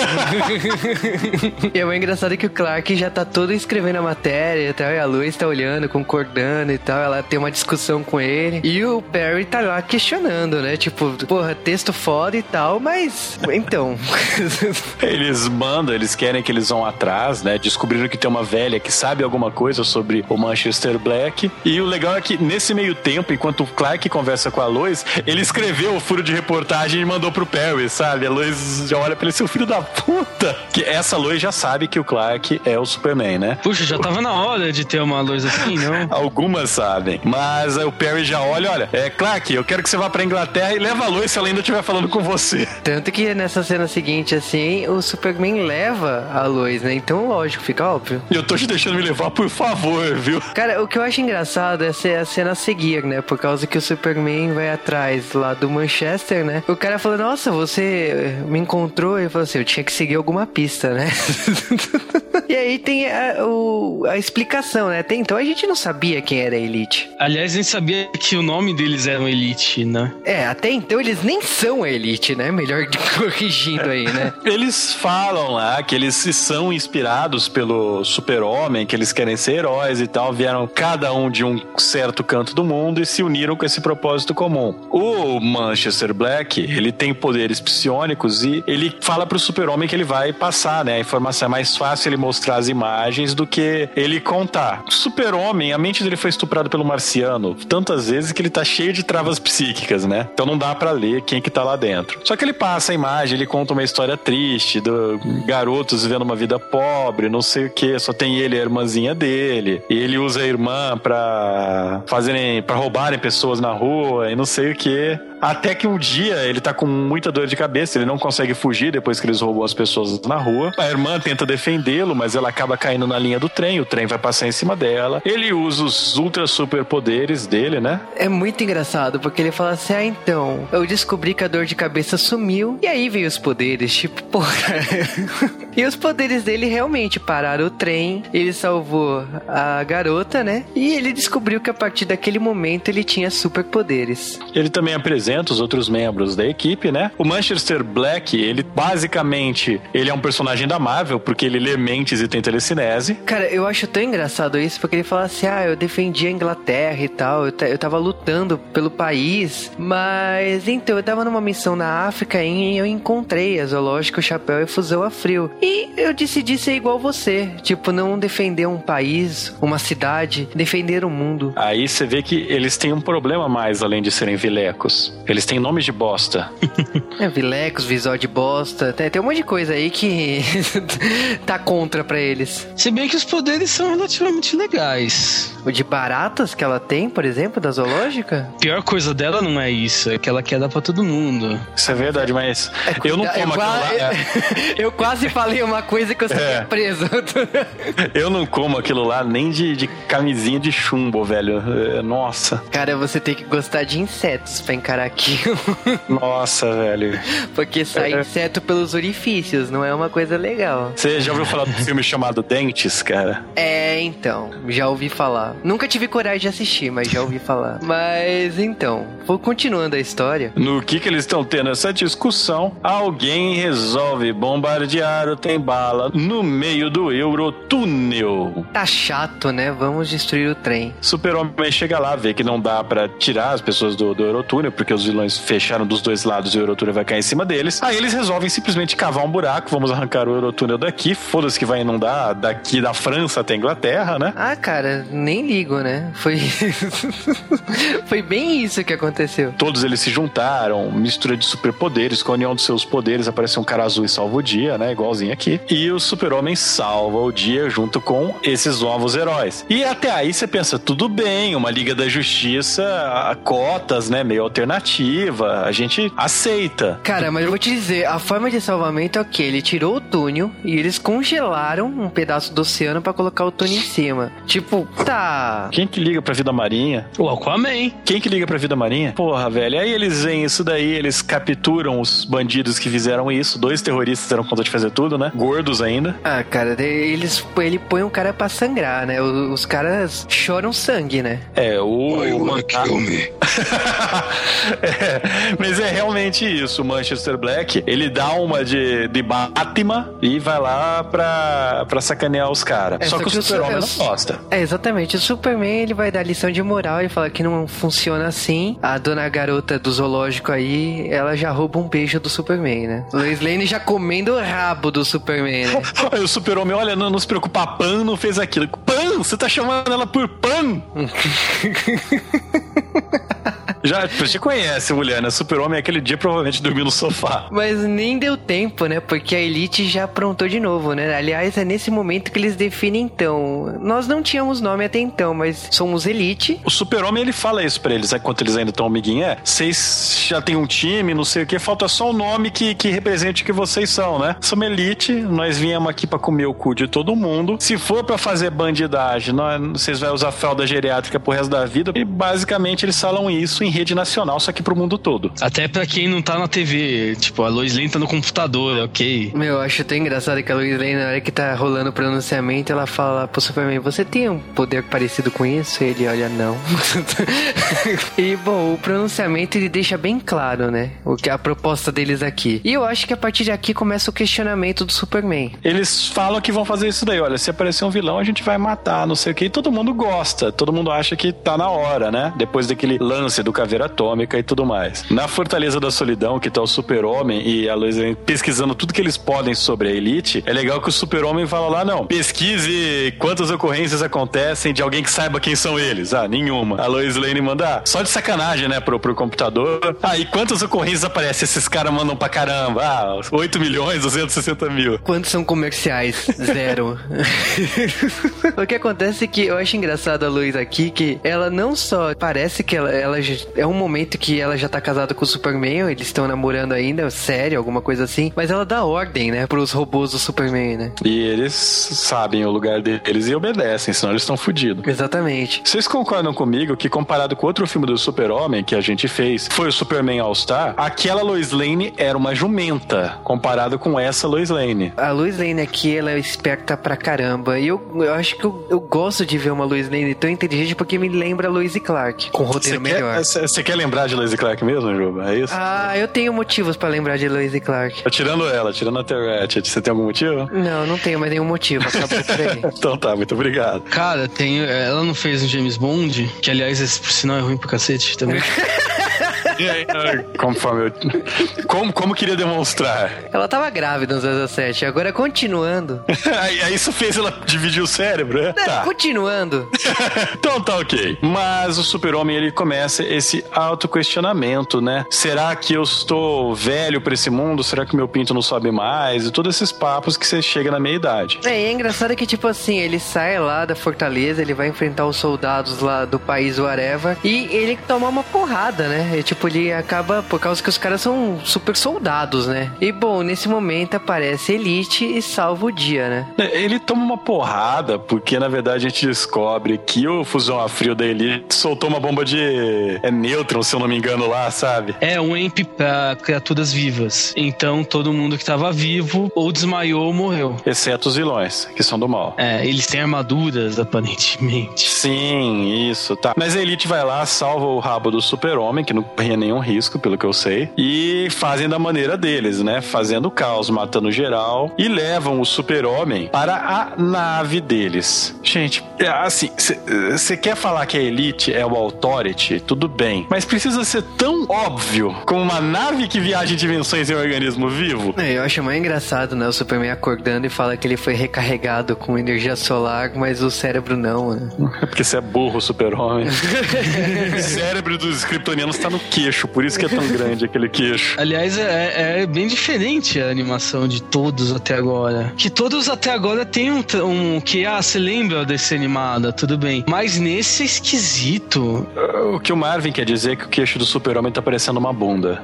E é muito engraçado que o Clark já tá todo escrevendo a matéria e tal, e a Lois tá olhando, concordando e tal, ela tem uma discussão com ele, e o Perry tá lá questionando, né, tipo, porra, texto foda e tal, mas, então... Eles mandam, eles querem que eles vão atrás, né, descobriram que tem uma velha que sabe alguma coisa sobre o Manchester Black, e o legal é que nesse meio tempo, enquanto o Clark conversa com a Lois, ele escreveu o furo de reportagem e mandou pro Perry, Lois, sabe? A Lois já olha pra ele, seu filho da puta. Que essa Lois já sabe que o Clark é o Superman, né? Puxa, já tava na hora de ter uma Lois assim, não? Algumas sabem. Mas aí o Perry já olha, olha, é, Clark, eu quero que você vá pra Inglaterra e leva a Lois se ela ainda estiver falando com você. Tanto que nessa cena seguinte, assim, o Superman leva a Lois, né? Então, lógico, fica óbvio. E eu tô te deixando me levar, por favor, viu? Cara, o que eu acho engraçado é a cena a seguir, né? Por causa que o Superman vai atrás lá do Manchester, né? O cara fala, nossa, você me encontrou? Ele falou assim, eu tinha que seguir alguma pista, né? E aí tem a, o, a explicação, né? Até então a gente não sabia quem era a Elite. Aliás, nem sabia que o nome deles era Elite, né? É, até então eles nem são a Elite, né? Melhor corrigindo aí, né? Eles falam lá que eles são inspirados pelo Super-Homem, que eles querem ser heróis e tal, vieram cada um de um certo canto do mundo e se uniram com esse propósito comum. O Manchester Black, ele tem poderes psionicos e ele fala pro Super-Homem que ele vai passar, né? A informação é mais fácil ele mostrar as imagens do que ele contar. O Super-Homem, a mente dele foi estuprada pelo marciano tantas vezes que ele tá cheio de travas psíquicas, né? Então não dá pra ler quem que tá lá dentro. Só que ele passa a imagem, ele conta uma história triste do garotos vivendo uma vida pobre, não sei o que, só tem ele e a irmãzinha dele. E ele usa a irmã pra fazerem, pra roubarem pessoas na rua e não sei o que. Até que um dia ele tá com muita dor de cabeça, ele não consegue fugir depois que eles roubam as pessoas na rua. A irmã tenta defendê-lo, mas ela acaba caindo na linha do trem, o trem vai passar em cima dela. Ele usa os ultra super poderes dele, né? É muito engraçado, porque ele fala assim, ah, então, eu descobri que a dor de cabeça sumiu, e aí veio os poderes, tipo, porra. E os poderes dele realmente pararam o trem, ele salvou a garota, né? E ele descobriu que a partir daquele momento ele tinha superpoderes. Ele também apresenta os outros membros da equipe, né? O Manchester Black, ele basicamente, ele é um personagem da Marvel, porque ele lê mentes e tem telecinese. Cara, eu acho tão engraçado isso, porque ele fala assim, ah, eu defendi a Inglaterra e tal, eu, eu tava lutando pelo país, mas então, eu tava numa missão na África e eu encontrei a Zoológica, o Chapéu e Fusão a Frio. E eu decidi ser igual você, tipo, não defender um país, uma cidade, defender o mundo. Aí você vê que eles têm um problema mais, além de serem vilecos. Eles têm nomes de bosta. É, vilecos, visual de bosta, tem, tem um monte de coisa aí que tá contra pra eles. Se bem que os poderes são relativamente legais. O de baratas que ela tem, por exemplo, da zoológica? A pior coisa dela não é isso, é que ela quer dar pra todo mundo. Isso é verdade, mas é, eu não como eu, aquilo lá. É. Eu quase falei uma coisa que eu saí é. preso. Eu não como aquilo lá nem de, de camisinha de chumbo, velho. Nossa. Cara, você tem que gostar de insetos pra encarar aquilo. Nossa, velho. Porque sai é. inseto pelos orifícios, não é uma coisa legal. Você já ouviu falar do filme chamado Dentes, cara? É, então. Já ouvi falar. Nunca tive coragem de assistir, mas já ouvi falar. Mas, então, vou continuando a história. No que que eles estão tendo essa discussão, alguém resolve bombardear o trem-bala no meio do Eurotúnel. Tá chato, né? Vamos destruir o trem. Super-Homem chega lá, vê que não dá pra tirar as pessoas do, do Eurotúnel, porque os vilões fecharam dos dois lados e o Eurotúnel vai cair em cima deles. Aí eles resolvem simplesmente cavar um buraco, vamos arrancar o Eurotúnel daqui, foda-se que vai inundar daqui da França até a Inglaterra, né? Ah, cara, nem ligo, né? Foi... Foi bem isso que aconteceu. Todos eles se juntaram, mistura de superpoderes, com a união dos seus poderes apareceu um cara azul e salva o dia, né? Igualzinho aqui. E o Super-Homem salva o dia junto com esses novos heróis. E até aí você pensa, tudo bem, uma Liga da Justiça, a cotas, né? Meio alternativa, a gente aceita. Cara, mas eu vou te dizer, a forma de salvamento é o quê? Ele tirou o túnel e eles congelaram um pedaço do oceano pra colocar o túnel em cima. Tipo, tá... Quem que liga pra vida marinha? O Aquaman. Quem que liga pra vida marinha? Porra, velho. Aí eles veem isso daí, eles capturam os bandidos que fizeram isso. Dois terroristas deram conta de fazer tudo, né? Gordos ainda. Ah, cara, eles, ele põe um cara pra sangrar, né? Os, os caras choram sangue, né? É, o... I wanna kill me. É, mas é realmente isso. O Manchester Black, ele dá uma de, de Batman e vai lá pra, pra sacanear os caras. É, só, só que, que o Super-Homem não gosta. É, exatamente. O Superman, ele vai dar lição de moral e fala que não funciona assim. A dona garota do zoológico aí, ela já rouba um beijo do Superman, né? Lois Lane já comendo o rabo do Superman, né? Aí o Super-Homem, olha, não, não se preocupa, Pan não fez aquilo. Pan? Você tá chamando ela por Pan? Já, você conhece, mulher, né? Super-Homem aquele dia provavelmente dormiu no sofá. Mas nem deu tempo, né? Porque a Elite já aprontou de novo, né? Aliás, é nesse momento que eles definem, então. Nós não tínhamos nome até então, mas somos Elite. O Super-Homem, ele fala isso pra eles, enquanto eles ainda estão amiguinhos. É, vocês já tem um time, não sei o que, falta só o nome que, que represente o que vocês são, né? Somos Elite, nós viemos aqui pra comer o cu de todo mundo. Se for pra fazer bandidagem, nós, vocês vão usar fralda geriátrica pro resto da vida. E basicamente eles falam isso em rede nacional, só que pro mundo todo. Até pra quem não tá na T V, tipo, a Lois Lane tá no computador, ok? Meu, eu acho tão engraçado que a Lois Lane, na hora que tá rolando o pronunciamento, ela fala pro Superman, você tem um poder parecido com isso? E ele olha, não. E, bom, o pronunciamento ele deixa bem claro, né? O que é a proposta deles aqui. E eu acho que a partir daqui começa o questionamento do Superman. Eles falam que vão fazer isso daí, olha, se aparecer um vilão, a gente vai matar, não sei o que, e todo mundo gosta, todo mundo acha que tá na hora, né? Depois daquele lance do Caveira Atômica e tudo mais. Na Fortaleza da Solidão, que tá o Super-Homem e a Lois Lane pesquisando tudo que eles podem sobre a Elite, é legal que o Super-Homem fala lá, não, pesquise quantas ocorrências acontecem de alguém que saiba quem são eles. Ah, nenhuma. A Lois Lane manda, ah, só de sacanagem, né, pro, pro computador. Ah, e quantas ocorrências aparecem? Esses caras mandam pra caramba. Ah, oito milhões, duzentos e sessenta mil. Quantos são comerciais? Zero. O que acontece é que eu acho engraçado a Lois aqui, que ela não só parece que ela, ela já, é um momento que ela já tá casada com o Superman, eles estão namorando ainda, sério, alguma coisa assim, mas ela dá ordem, né, pros robôs do Superman, né? E eles sabem o lugar deles e obedecem, senão eles estão fodidos. Exatamente. Vocês concordam comigo que comparado com outro filme do Super-Homem que a gente fez, foi o Superman All-Star, aquela Lois Lane era uma jumenta, comparado com essa Lois Lane. A Lois Lane aqui, ela é esperta pra caramba, e eu, eu acho que eu, eu gosto de ver uma Lois Lane tão inteligente porque me lembra a Lois Clark, com roteiro cê melhor. Você quer, quer lembrar de Lois Clark mesmo, Juba? É isso? Ah, eu tenho motivos pra lembrar de Lois Clark. Tirando ela, tirando a Terratch, você tem algum motivo? Não, não tenho mais nenhum motivo, acabou por aí. Então tá, muito obrigado. Cara, tem, ela não fez um James Bond, que aliás, esse por sinal é ruim pro cacete também. E aí, conforme eu... Como, como queria demonstrar? Ela tava grávida no zero zero sete, agora continuando. Aí isso fez ela dividir o cérebro, né? Não, tá. Continuando. Então tá ok. Mas o Super-Homem, ele começa esse autoquestionamento, né? Será que eu estou velho pra esse mundo? Será que meu pinto não sobe mais? E todos esses papos que você chega na meia-idade. É, e é engraçado que, tipo assim, ele sai lá da fortaleza, ele vai enfrentar os soldados lá do país whatever, e ele toma uma porrada, né? E, tipo, ele acaba, por causa que os caras são super soldados, né? E, bom, nesse momento aparece Elite e salva o dia, né? Ele toma uma porrada, porque, na verdade, a gente descobre que o fusão a frio da Elite soltou uma bomba de... é nêutron, se eu não me engano, lá, sabe? É um E M P pra criaturas vivas. Então, todo mundo que tava vivo ou desmaiou ou morreu. Exceto os vilões, que são do mal. É, eles têm armaduras, aparentemente. Sim, isso, tá. Mas a Elite vai lá, salva o rabo do Super-Homem, que não corria nenhum risco, pelo que eu sei, e fazem da maneira deles, né? Fazendo caos, matando geral, e levam o Super-Homem para a nave deles. Gente, assim, você quer falar que a Elite é o Authority? Tudo bem. Mas precisa ser tão óbvio como uma nave que viaja em dimensões em um organismo vivo? É, eu acho mais engraçado, né? O Superman acordando e fala que ele foi recarregado com energia solar, mas o cérebro não, né? É porque você é burro, Super-Homem. O cérebro dos kryptonianos tá no queixo, por isso que é tão grande aquele queixo. Aliás, é, é bem diferente a animação de todos até agora. Que todos até agora tem um, um que, ah, você lembra desse animada, tudo bem. Mas nesse é esquisito. O que o Marvin quer dizer é que o queixo do Super-Homem tá parecendo uma bunda.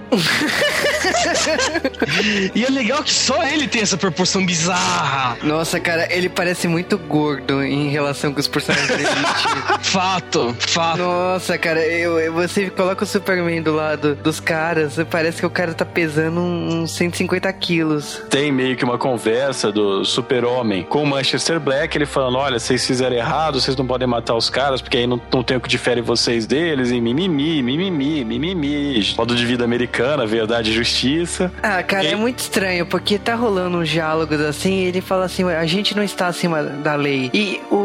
E é legal que só ele tem essa proporção bizarra. Nossa, cara, ele parece muito gordo em relação com os personagens da Elite. Fato, fato. Nossa, cara, eu, eu, você coloca o Superman do lado dos caras, parece que o cara tá pesando uns cento e cinquenta quilos. Tem meio que uma conversa do Super-Homem com o Manchester Black, ele falando, olha, vocês fizeram errado, vocês não podem matar os caras, porque aí não, não tem o que difere vocês deles, e mimimi, mimimi, mimimi. Modo de vida americana, verdade e justiça. Ah, cara, e... é muito estranho, porque tá rolando uns diálogos assim, e ele fala assim, a gente não está acima da lei. E o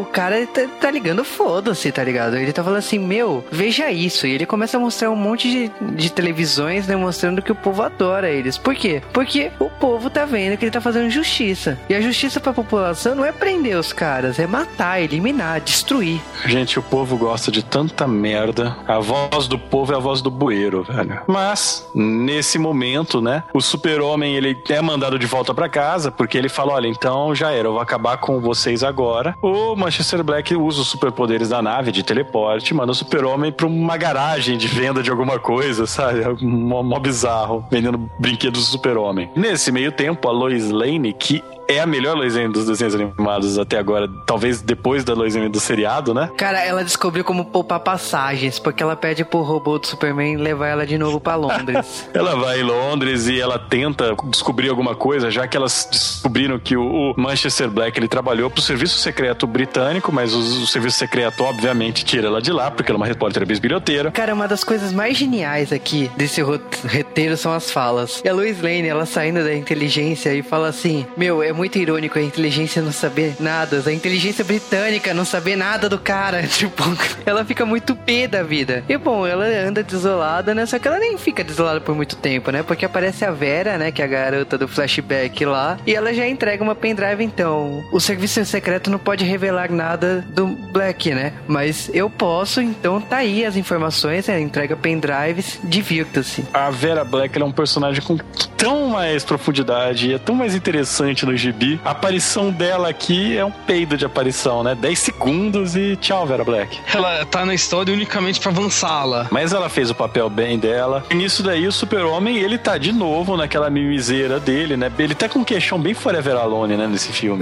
cara tá, tá ligando foda-se, tá ligado? Ele tá falando assim, meu, veja isso. E ele começa a mostrar um monte de, de televisões, né, mostrando que o povo adora eles. Por quê? Porque o povo tá vendo que ele tá fazendo justiça. E a justiça pra população não é prender os caras, é matar, eliminar, destruir. Gente, o povo gosta de tanta merda. A voz do povo é a voz do bueiro, velho. Mas, nesse momento, né, o super-homem, ele é mandado de volta pra casa, porque ele fala, olha, então já era, eu vou acabar com vocês agora. O Manchester Black usa os superpoderes da nave de teleporte, manda o super-homem pra uma garagem de venda de alguma coisa, sabe? Mó, mó bizarro, vendendo brinquedos do super-homem. Nesse meio tempo, a Lois Lane, que é a melhor Lois Lane dos desenhos animados até agora, talvez depois da Lois Lane do seriado, né? Cara, ela descobriu como poupar passagens, porque ela pede pro robô do Superman levar ela de novo pra Londres. Ela vai em Londres e ela tenta descobrir alguma coisa, já que elas descobriram que o, o Manchester Black, ele trabalhou pro serviço secreto britânico, mas o, o serviço secreto, obviamente, tira ela de lá, porque ela é uma repórter bisbilhoteira. Cara, uma das coisas mais geniais aqui desse roteiro são as falas. E a Lois Lane, ela saindo da inteligência e fala assim, meu, é muito irônico a inteligência não saber nada, a inteligência britânica não saber nada do cara, tipo, ela fica muito pé da vida. E bom, ela anda desolada, né, só que ela nem fica desolada por muito tempo, né, porque aparece a Vera, né, que é a garota do flashback lá, e ela já entrega uma pendrive, então, o serviço secreto não pode revelar nada do Black, né, mas eu posso, então tá aí as informações, ela entrega pendrives, divirta-se. A Vera Black, ela é um personagem com tão mais profundidade, é tão mais interessante no gibi. A aparição dela aqui é um peido de aparição, né? dez segundos e tchau, Vera Black. Ela tá na história unicamente pra avançá-la. Mas ela fez o papel bem dela. E nisso daí, o Super-Homem, ele tá de novo naquela mimiseira dele, né? Ele tá com um queixão bem Forever Alone, né? Nesse filme.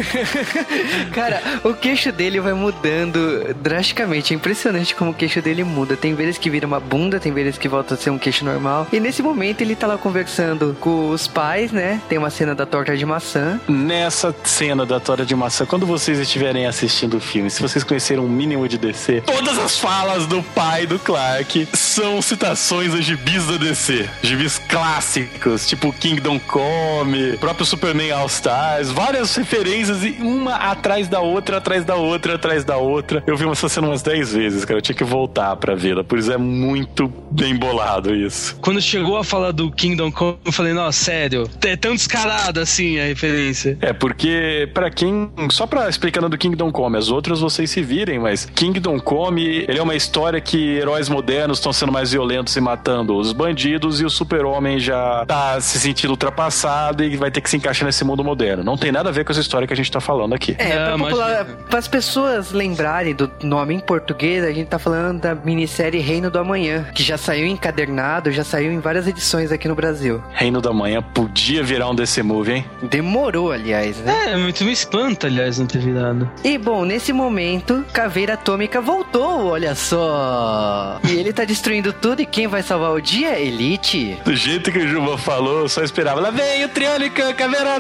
Cara, o queixo dele vai mudando drasticamente. É impressionante como o queixo dele muda. Tem vezes que vira uma bunda, tem vezes que volta a ser um queixo normal. E nesse momento, ele tá lá conversando com os pais, né? Tem uma cena da torta de maçã. Nessa cena da torta de maçã, quando vocês estiverem assistindo o filme, se vocês conhecerem um mínimo de D C, todas as falas do pai do Clark são citações a gibis da D C. Gibis clássicos, tipo Kingdom Come, próprio Superman All Stars, várias referências e uma atrás da outra, atrás da outra, atrás da outra. Eu vi essa cena umas dez vezes, cara. Eu tinha que voltar pra vê-la, por isso é muito bem bolado isso. Quando chegou a falar do Kingdom Come, eu falei, nossa, sério, é tão descarada assim a referência. É, porque pra quem... Só pra explicando do Kingdom Come, as outras vocês se virem, mas Kingdom Come, ele é uma história que heróis modernos estão sendo mais violentos e matando os bandidos e o Super-Homem já tá se sentindo ultrapassado e vai ter que se encaixar nesse mundo moderno. Não tem nada a ver com essa história que a gente tá falando aqui. É, pra, popular, pra as pessoas lembrarem do nome em português, a gente tá falando da minissérie Reino do Amanhã, que já saiu encadernado, já saiu em várias edições aqui no Brasil. Reino do Amanhã podia virar um D C Movie, hein? Demorou, aliás, né? É, muito me espanta, aliás, não ter virado. E, bom, nesse momento, Caveira Atômica voltou, olha só! E ele tá destruindo tudo, e quem vai salvar o dia? Elite. Do jeito que o Juba falou, eu só esperava. Lá vem o Triônica, Caveira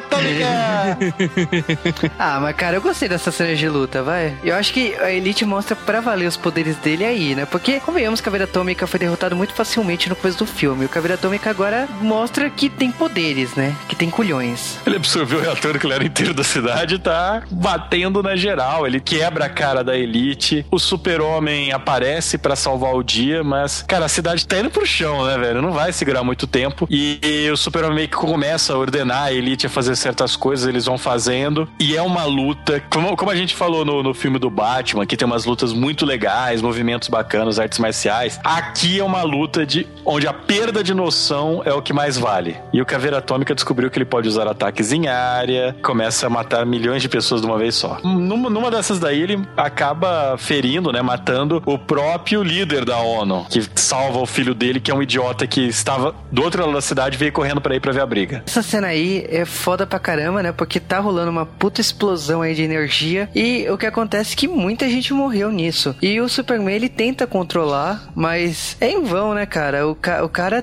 Atômica! Ah, mas cara, eu gostei dessa cena de luta, vai. Eu acho que a Elite mostra pra valer os poderes dele aí, né? Porque, convenhamos, Caveira Atômica foi derrotado muito facilmente no começo do filme. O Caveira Atômica agora mostra que tem poderes, né? Que tem culhões. Ele absorveu o reator nuclear inteiro da cidade e tá batendo na geral. Ele quebra a cara da Elite. O Super-Homem aparece pra salvar o dia, mas, cara, a cidade tá indo pro chão, né, velho? Não vai segurar muito tempo. E, e o Super-Homem meio que começa a ordenar a Elite a fazer certas coisas, eles vão fazendo. E é uma luta, como, como a gente falou no, no filme do Batman, que tem umas lutas muito legais, movimentos bacanas, artes marciais. Aqui é uma luta de onde a perda de noção é o que mais vale. E o Caveira Atômica descobriu que ele pode usar ataques em área, começa a matar milhões de pessoas de uma vez só. Numa, numa dessas daí, ele acaba ferindo, né, matando o próprio líder da ONU, que salva o filho dele, que é um idiota que estava do outro lado da cidade e veio correndo pra ir pra ver a briga. Essa cena aí é foda pra caramba, né, porque tá rolando uma puta explosão aí de energia e o que acontece é que muita gente morreu nisso. E o Superman, ele tenta controlar, mas é em vão, né, cara? O, ca- o cara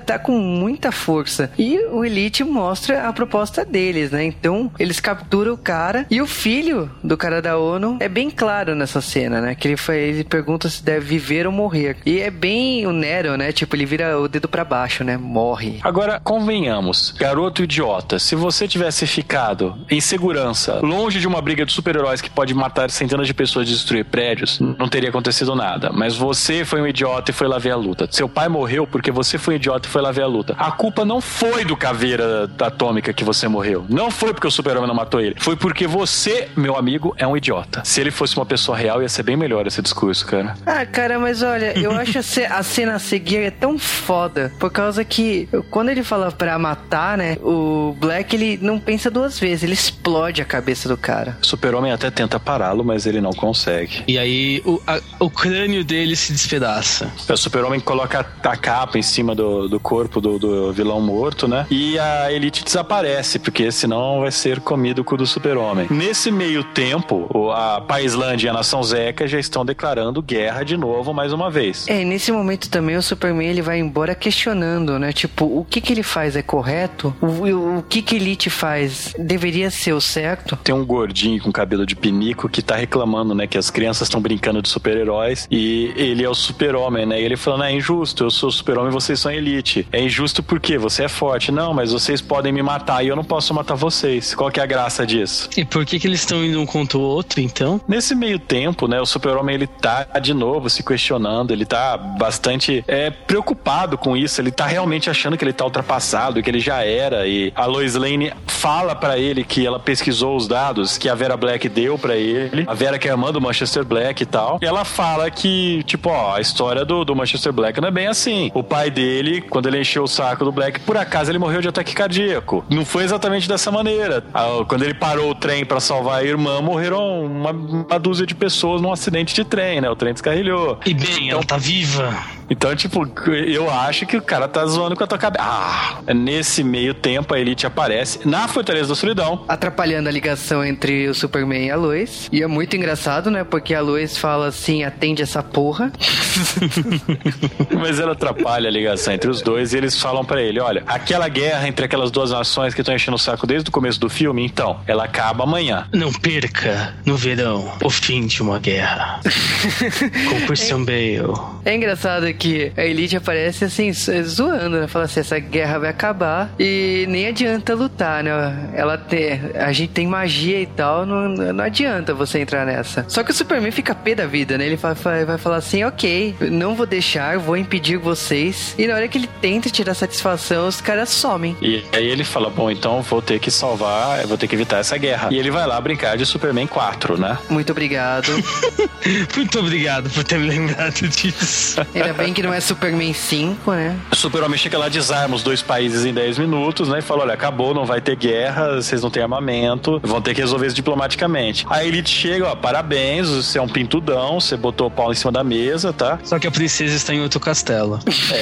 tá com muita força. E o Elite mostra a proposta deles, né? Então, eles capturam o cara e o filho do cara da ONU é bem claro nessa cena, né? Que ele, foi, ele pergunta se deve viver ou morrer. E é bem o Nero, né? Tipo, ele vira o dedo pra baixo, né? Morre. Agora, convenhamos, garoto idiota, se você tivesse ficado em segurança, longe de uma briga de super-heróis que pode matar centenas de pessoas e destruir prédios, não teria acontecido nada. Mas você foi um idiota e foi lá ver a luta. Seu pai morreu porque você foi um idiota e foi lá ver a luta. A culpa não foi do Caveira Atômica que você morreu. Não foi porque o super-homem não matou ele. Foi porque você, meu amigo, é um idiota. Se ele fosse uma pessoa real, ia ser bem melhor esse discurso, cara. Ah, cara, mas olha, eu acho a, ce- a cena a seguir é tão foda, por causa que quando ele fala pra matar, né, o Black, ele não pensa duas vezes, ele explode a cabeça do cara. O super-homem até tenta pará-lo, mas ele não consegue. E aí o, a, o crânio dele se despedaça. O super-homem coloca a capa em cima do, do corpo do, do vilão morto, né? E a Elite desaparece, porque senão vai ser comido com o do super-homem. Nesse meio tempo, a Paislândia e a Nação Zeca já estão declarando guerra de novo, mais uma vez. É, nesse momento também o Superman, ele vai embora questionando, né? Tipo, o que que ele faz é correto? O, o, o que que Elite faz deveria ser o certo? Tem um gordinho com cabelo de pinico que tá reclamando, né? Que as crianças estão brincando de super-heróis e ele é o super-homem, né? E ele falando, é injusto, eu sou o super-homem e vocês são Elite. É injusto porque você é forte. Não, mas vocês podem me matar e eu não posso matar vocês. Qual que é a graça disso? E por que que eles estão indo um contra o outro, então? Nesse meio tempo, né? O super-homem, ele tá de novo se questionando, ele tá bastante é, preocupado com isso, ele tá realmente achando que ele tá ultrapassado, que ele já era, e a Lois Lane fala pra ele que ela pesquisou os dados que a Vera Black deu pra ele, a Vera que é a irmã do Manchester Black e tal, e ela fala que, tipo, ó, a história do, do Manchester Black não é bem assim. O pai dele, quando ele encheu o saco do Black, por acaso ele morreu de ataque cardíaco. Não foi exatamente dessa maneira. Quando ele parou o trem pra salvar a irmã, morreram uma, uma dúzia de pessoas num acidente de trem, né? O trem descarrilhou. E bem, então, ela tá viva. Então, tipo, eu acho que o cara tá zoando com a tua cabeça. Ah, nesse meio tempo a Elite aparece na Fortaleza da Solidão, atrapalhando a ligação entre o Superman e a Lois. E é muito engraçado, né? Porque a Lois fala assim, atende essa porra. Mas ela atrapalha a ligação entre os dois e eles falam pra ele, olha, aquela guerra entre aquelas duas nações que estão enchendo o saco desde o começo do filme, então, ela acaba amanhã. Não perca no verão o fim de uma guerra. Com Christian Bale. É engraçado que a Elite aparece assim, zoando, né? Fala assim, essa guerra vai acabar e nem adianta lutar, né? Ela tem, a gente tem magia e tal, não, não adianta você entrar nessa. Só que o Superman fica pé da vida, né? Ele vai, vai, vai falar assim, ok, não vou deixar, vou impedir vocês. E na hora que ele tenta tirar satisfação, os caras somem. E aí ele fala, bom, então vou ter que salvar, vou ter que evitar essa guerra. E ele vai lá brincar de Superman quatro, né? Muito obrigado. Muito obrigado por ter me lembrado disso. Ainda bem que não é Superman cinco, né? O Super-Homem chega lá, desarma os dois países em dez minutos, né? E fala, olha, acabou, não vai ter guerra, vocês não têm armamento, vão ter que resolver isso diplomaticamente. A Elite chega, ó, parabéns, você é um pintudão, você botou o pau em cima da mesa, tá? Só que a princesa está em outro castelo.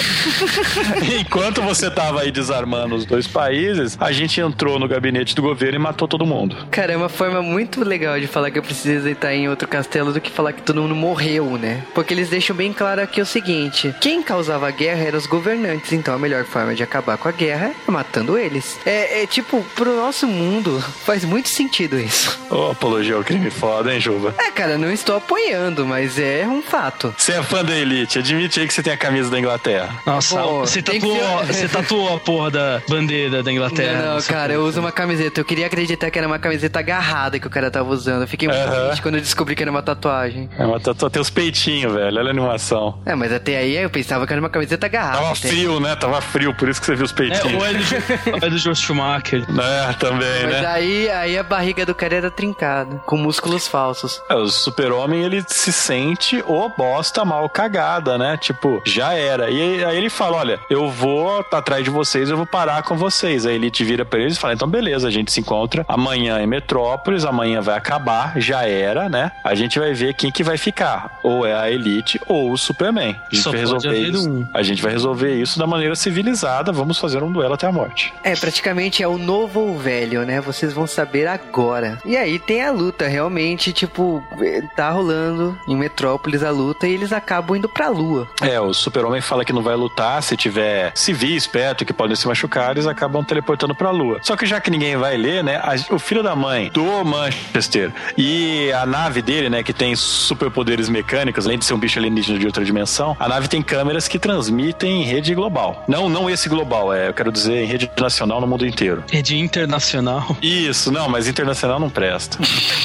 É. Enquanto você tava aí desarmando os dois países, a gente entrou no gabinete do governo e matou todo mundo. Cara, é uma forma muito legal de falar que eu preciso estar em outro castelo do que falar que todo mundo morreu, né? Porque eles deixam bem claro aqui o seguinte, quem causava a guerra eram os governantes, então a melhor forma de acabar com a guerra é matando eles. É, é tipo, pro nosso mundo, faz muito sentido isso. Ô, oh, apologia ao crime foda, hein, Juba? É, cara, não estou apoiando, mas é um fato. Você é fã da Elite, admite aí que você tem a camisa da Inglaterra. Nossa, Pô, você tatuou, ser... você tatuou a porra da bandeira da Inglaterra. Não, não cara, eu uso uma camiseta. Eu queria acreditar que era uma camiseta agarrada que o cara tava usando. Eu fiquei muito uh-huh. triste quando eu descobri que era uma tatuagem. É uma tatuagem, tem os peitinhos, velho, olha a animação. É, mas até aí eu pensava que era uma camiseta agarrada. Tava até. frio, né? Tava frio, por isso que você viu os peitinhos. É, ou é do, é do Joe Schumacher. É, também, mas né? Mas aí, aí a barriga do cara era trincada, com músculos falsos. É, o Super-Homem, ele se sente o bosta mal cagada, né? Tipo, já era. E aí ele fala, olha, eu vou atrás de vocês, eu vou parar com vocês. Aí ele te vira pra eles e fala, então beleza, a gente se encontra amanhã em Metrópolis, amanhã vai acabar, já era, né? A gente vai ver quem que vai ficar. Ou é a Elite ou o Superman. A gente Só vai resolver isso. Um. A gente vai resolver isso da maneira civilizada. Vamos fazer um duelo até a morte. É, praticamente é o novo ou velho, né? Vocês vão saber agora. E aí tem a luta, realmente, tipo, tá rolando em Metrópolis a luta e eles acabam indo pra lua. É, o Super-Homem fala que não vai lutar se tiver civis perto que podem se machucar, eles acabam teleportando pra lua. Só que já que ninguém vai ler, né, a, o filho da mãe do Manchester e a nave dele, né, que tem superpoderes mecânicos, além de ser um bicho alienígena de outra dimensão, a nave tem câmeras que transmitem em rede global. Não, não esse global, é, eu quero dizer em rede nacional no mundo inteiro. Rede internacional? Isso, não, mas internacional não presta.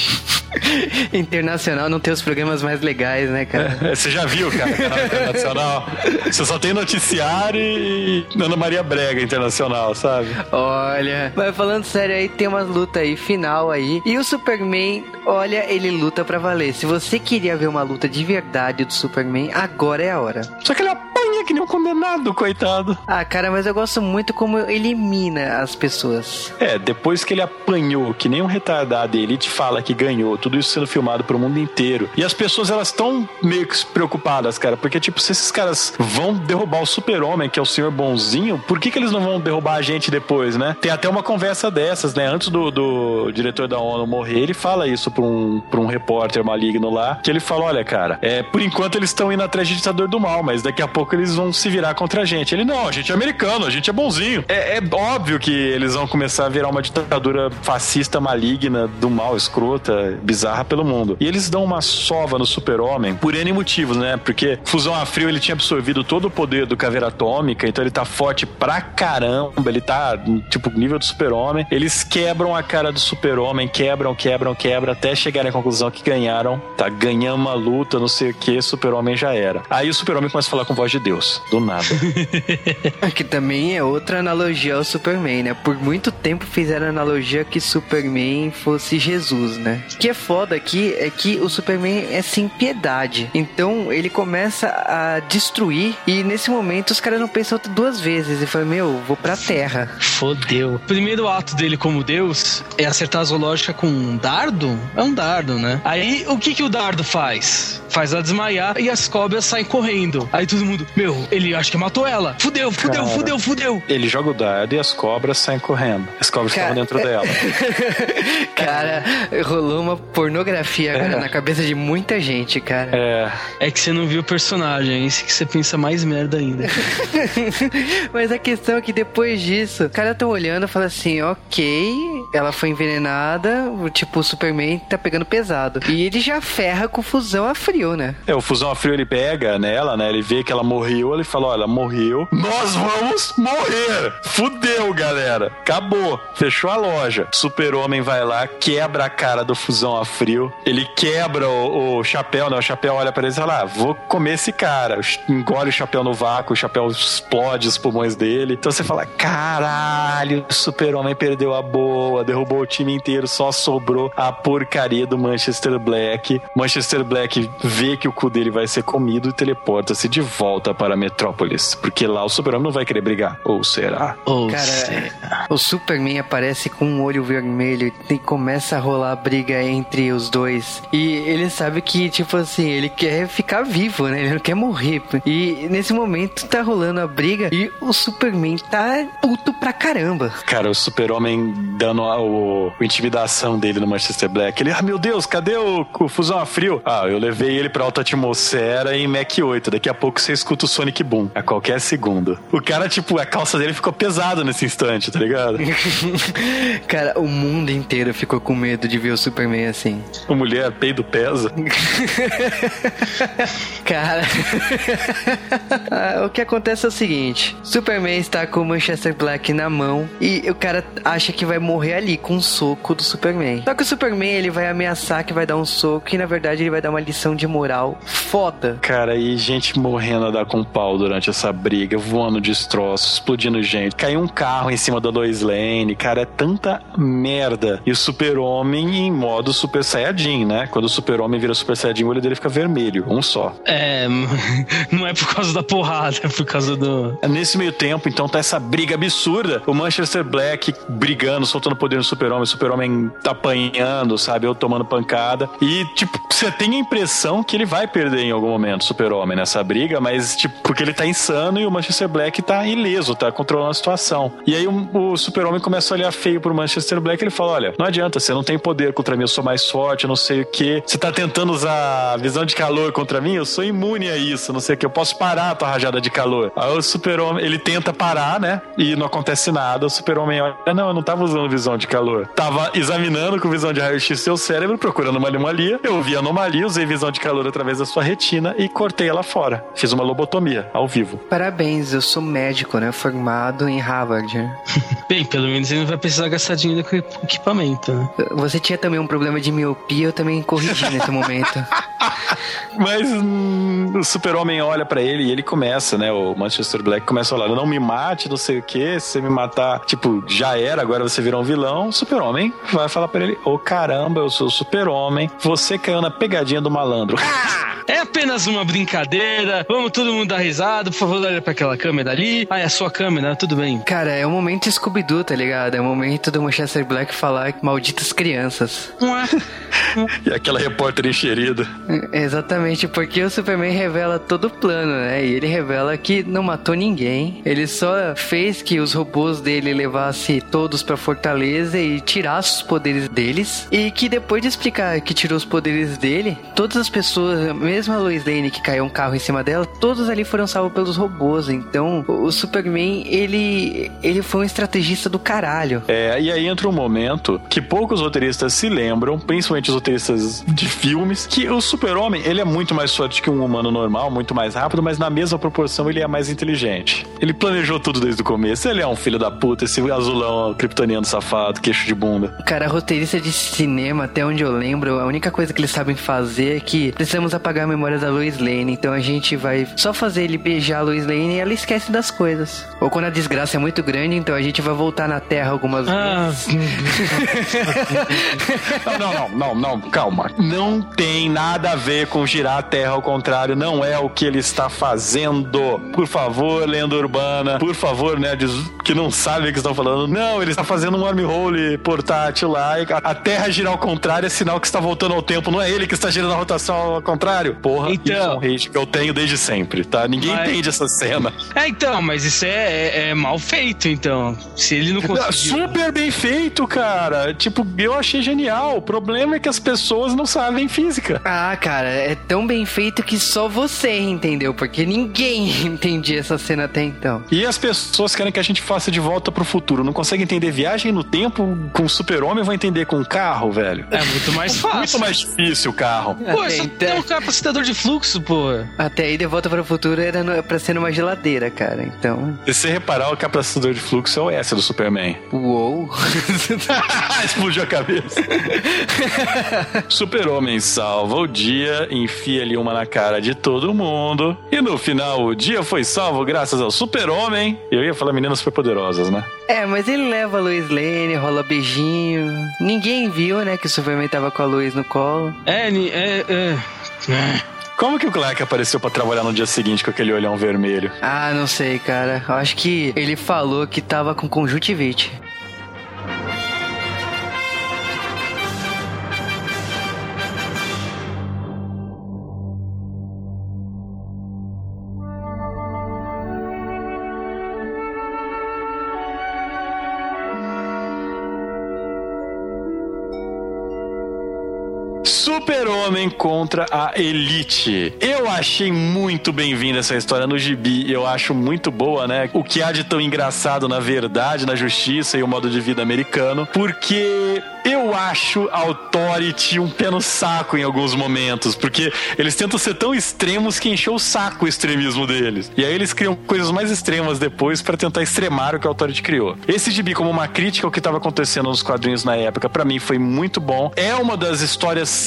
Internacional não tem os programas mais legais, né, cara? É, você já viu, cara, canal internacional? Você só tem noticiário e Ana Maria Brega internacional, sabe? Olha, mas falando sério aí, tem uma luta aí, final aí. E o Superman, olha, ele luta pra valer. Se você queria ver uma luta de verdade do Superman, agora é a hora. Só que ele apanha que nem um condenado, coitado. Ah, cara, mas eu gosto muito como elimina as pessoas. É, depois que ele apanhou, que nem um retardado, ele te fala que ganhou, tudo isso sendo filmado pro mundo inteiro. E as pessoas, elas estão meio que preocupadas, cara, porque, tipo, se esses caras vão derrubar o Super-Homem, que é o senhor bonzinho, por que que eles não vão derrubar a gente depois, né? Tem até uma conversa dessas, né? Antes do, do diretor da ONU morrer, ele fala isso pra um, pra um repórter maligno lá, que ele fala, olha, cara, é, por enquanto eles estão indo atrás de ditador do mal, mas daqui a pouco eles vão se virar contra a gente. Ele, não, a gente é americano, a gente é bonzinho. É, é óbvio que eles vão começar a virar uma ditadura fascista, maligna, do mal, escrota, bizarra pelo mundo. E eles dão uma sova no Super-Homem por N motivos, né? Porque Fusão a Frio, ele tinha absorvido todo o poder do Caveira Atômica, então ele tá forte pra caramba, ele tá, tipo, nível do Super-Homem. Eles quebram a cara do Super-Homem, quebram, quebram, quebram, até chegarem à conclusão que ganharam, tá? Ganhamos uma luta, não sei o que, Super-Homem já era. Aí o Super-Homem começa a falar com voz de Deus, do nada. Que também é outra analogia ao Superman, né? Por muito tempo fizeram analogia que Superman fosse Jesus, né? O que é foda aqui é que o Superman é sem piedade. Então ele começa a destruir e nesse momento os caras não pensam duas vezes e falam, meu, vou pra Terra. Fodeu. O primeiro ato dele como Deus é acertar a zoológica com um dardo? É um dardo, né? Aí o que que o dardo faz? Faz ela desmaiar e as cobras saem correndo. Aí todo mundo, meu, ele acho que matou ela. Fudeu, fudeu, Cara, fudeu, fudeu. Ele joga o dardo e as cobras saem correndo. As cobras Cara, estavam dentro dela. Cara, rolou uma pornografia agora é. na cabeça de muita gente, cara. É. É que você não viu o personagem, é isso que você pensa mais merda ainda. Mas a questão é que depois disso, os caras estão olhando e falam assim, ok, ela foi envenenada, tipo, o Superman tá pegando pesado. E ele já ferra com Fusão a Frio, né? É, o Fusão a Frio, ele pega nela, né? Ele vê que ela morreu, ele fala, olha, ela morreu, nós vamos morrer! Fudeu, galera! Acabou! Fechou a loja. Super-Homem vai lá, quebra a cara do Fusão a Frio, ele quebra o, o chapéu, né? O chapéu olha pra ele e fala, ah, vou comer esse cara. Engole o chapéu no vácuo, o chapéu explode os pulmões dele. Então você fala, caralho, o Super-Homem perdeu a boa, derrubou o time inteiro, só sobrou a porcaria do Manchester Black. Manchester Black vê que o cu dele vai ser comido e teleporta-se de volta para Metrópolis, porque lá o Super-Homem não vai querer brigar. Ou será? Ou Cara, será? O Superman aparece com um olho vermelho e começa a rolar briga entre os dois. E ele sabe que, tipo assim, ele quer ficar vivo, né? Ele não quer morrer. E nesse momento tá rolando a briga e o Superman tá puto pra caramba. Cara, o Super-Homem dando a, o, a intimidação dele no Manchester Black. Ele, ah, meu Deus, cadê o, o Fusão a Frio? Ah, eu levei ele pra alta atmosfera em Mach oito. Daqui a pouco você escuta o Sonic Boom, a qualquer segundo. O cara, tipo, a calça dele ficou pesada nesse instante, tá ligado? Cara, o mundo inteiro ficou com medo de ver o Superman assim. A mulher, peido pesa. Cara, o que acontece é o seguinte: Superman está com o Manchester Black na mão e o cara acha que vai morrer ali com um soco do Superman. Só que o Superman, ele vai ameaçar que vai dar um soco e na verdade ele vai dar uma lição de moral foda. Cara, e gente morrendo a dar com pau durante essa briga, voando destroços, explodindo gente. Caiu um carro em cima da Lois Lane. Cara, é tanta merda. E o Super-Homem em modo Super Saiyajin, né? Quando o Super-Homem vira Super Saiyajin, o olho dele fica vermelho, um só. É, não é por causa da porrada, é por causa do... Nesse meio tempo, então, tá essa briga absurda. O Manchester Black brigando, soltando poder poder no Super-Homem, o Super-Homem tá apanhando, sabe? Ou tomando pancada. E, tipo, você tem a impressão que ele vai perder em algum momento o Super-Homem nessa briga, mas, tipo, porque ele tá insano e o Manchester Black tá ileso, tá controlando a situação. E aí o, o Super-Homem começa a olhar feio pro Manchester Black e ele fala, olha, não adianta, você não tem poder contra mim, eu sou mais forte, eu não sei o que. Você tá tentando usar a visão de calor contra mim? Eu sou imune a isso, não sei o que. Eu posso parar a tua rajada de calor. Aí o Super-Homem, ele tenta parar, né? E não acontece nada. O Super-Homem olha, não, eu não tava usando visão de calor. Tava examinando com visão de raio-x seu cérebro, procurando uma anomalia. Eu vi a anomalia, usei visão de calor através da sua retina e cortei ela fora. Fiz uma lobotomia, ao vivo. Parabéns, eu sou médico, né? Formado em Harvard. Bem, pelo menos ele não vai precisar gastar dinheiro com equipamento, né? Você tinha também um problema de miopia, eu também corrigi nesse momento. Mas hum, o Super-Homem olha pra ele e ele começa, né? O Manchester Black começa a falar, não me mate, não sei o que, se você me matar, tipo, já era, agora você virou um vilão. O Super-Homem vai falar pra ele, ô oh, caramba, eu sou o Super-Homem, você caiu na pegadinha do malandro. É apenas uma brincadeira, vamos todo mundo dar risada, por favor, olha pra aquela câmera ali. Ah, é a sua câmera, tudo bem. Cara, é o momento Scooby-Doo, tá ligado? É o momento do Manchester Black falar malditas crianças. E aquela repórter enxerida. Exatamente, porque o Superman revela todo o plano, né? E ele revela que não matou ninguém. Ele só fez que os robôs dele levassem todos pra Fortaleza e tirasse os poderes deles. E que depois de explicar que tirou os poderes dele, todas as pessoas, mesmo a Lois Lane que caiu um carro em cima dela, todos ali foram salvos pelos robôs. Então, o Superman, ele, ele foi um estrategista do caralho. É, e aí entra um momento que poucos roteiristas se lembram, principalmente os roteiristas de filmes, que o Super-Homem, ele é muito mais forte que um humano normal, muito mais rápido, mas na mesma proporção ele é mais inteligente. Ele planejou tudo desde o começo. Ele é um filho da puta, esse azulão kryptoniano safado, queixo de bunda. Cara, roteirista de cinema, até onde eu lembro, a única coisa que eles sabem fazer é que precisamos apagar a memória da Lois Lane, então a gente vai só fazer ele beijar a Lois Lane e ela esquece das coisas. Ou quando a desgraça é muito grande, então a gente vai voltar na Terra algumas ah. vezes. Não, não, não, não, calma. Não tem nada a ver com girar a Terra ao contrário, não é o que ele está fazendo. Por favor, lenda urbana, por favor, né, que não sabe o que estão falando. Não, ele está fazendo um wormhole portátil lá e a Terra girar ao contrário é sinal que está voltando ao tempo, não é ele que está girando a rotação ao contrário. Porra, então, isso é um hate que eu tenho desde sempre, tá? Ninguém mas... entende essa cena. É, então, mas isso é, é, é mal feito, então. Se ele não conseguiu... Super bem feito, cara. Tipo, eu achei genial. O problema é que as pessoas não sabem física. Ah, cara, é tão bem feito que só você entendeu, porque ninguém entendia essa cena até então. E as pessoas querem que a gente faça De Volta pro Futuro. Não conseguem entender viagem no tempo com Super-Homem, vão entender com carro, velho. É muito mais fácil. Muito mais difícil o carro. Pô, só tem um capacitador de fluxo, pô. Até aí, De Volta para o Futuro era no, pra ser numa geladeira, cara. Então... Se você reparar, o capacitador de fluxo é o S do Superman. Uou. Explodiu a cabeça. Super-Homem salva o dia, enfia ali uma na cara de todo mundo. E no final, o dia foi salvo graças ao Super-Homem. Eu ia falar meninas superpoderosas, né? É, mas ele leva a Lois Lane, rola beijinho. Ninguém viu, né, que o Superman tava com a Lois no colo. É, é, é... é. Como que o Clark apareceu pra trabalhar no dia seguinte com aquele olhão vermelho? Ah, não sei, cara. Eu acho que ele falou que tava com conjuntivite. Super-Homem contra a Elite. Eu achei muito bem-vinda essa história no gibi. Eu acho muito boa, né? O que há de tão engraçado na verdade, na justiça e o modo de vida americano. Porque eu acho a Authority um pé no saco em alguns momentos. Porque eles tentam ser tão extremos que encheu o saco o extremismo deles. E aí eles criam coisas mais extremas depois pra tentar extremar o que a Authority criou. Esse gibi, como uma crítica ao que estava acontecendo nos quadrinhos na época, pra mim foi muito bom. É uma das histórias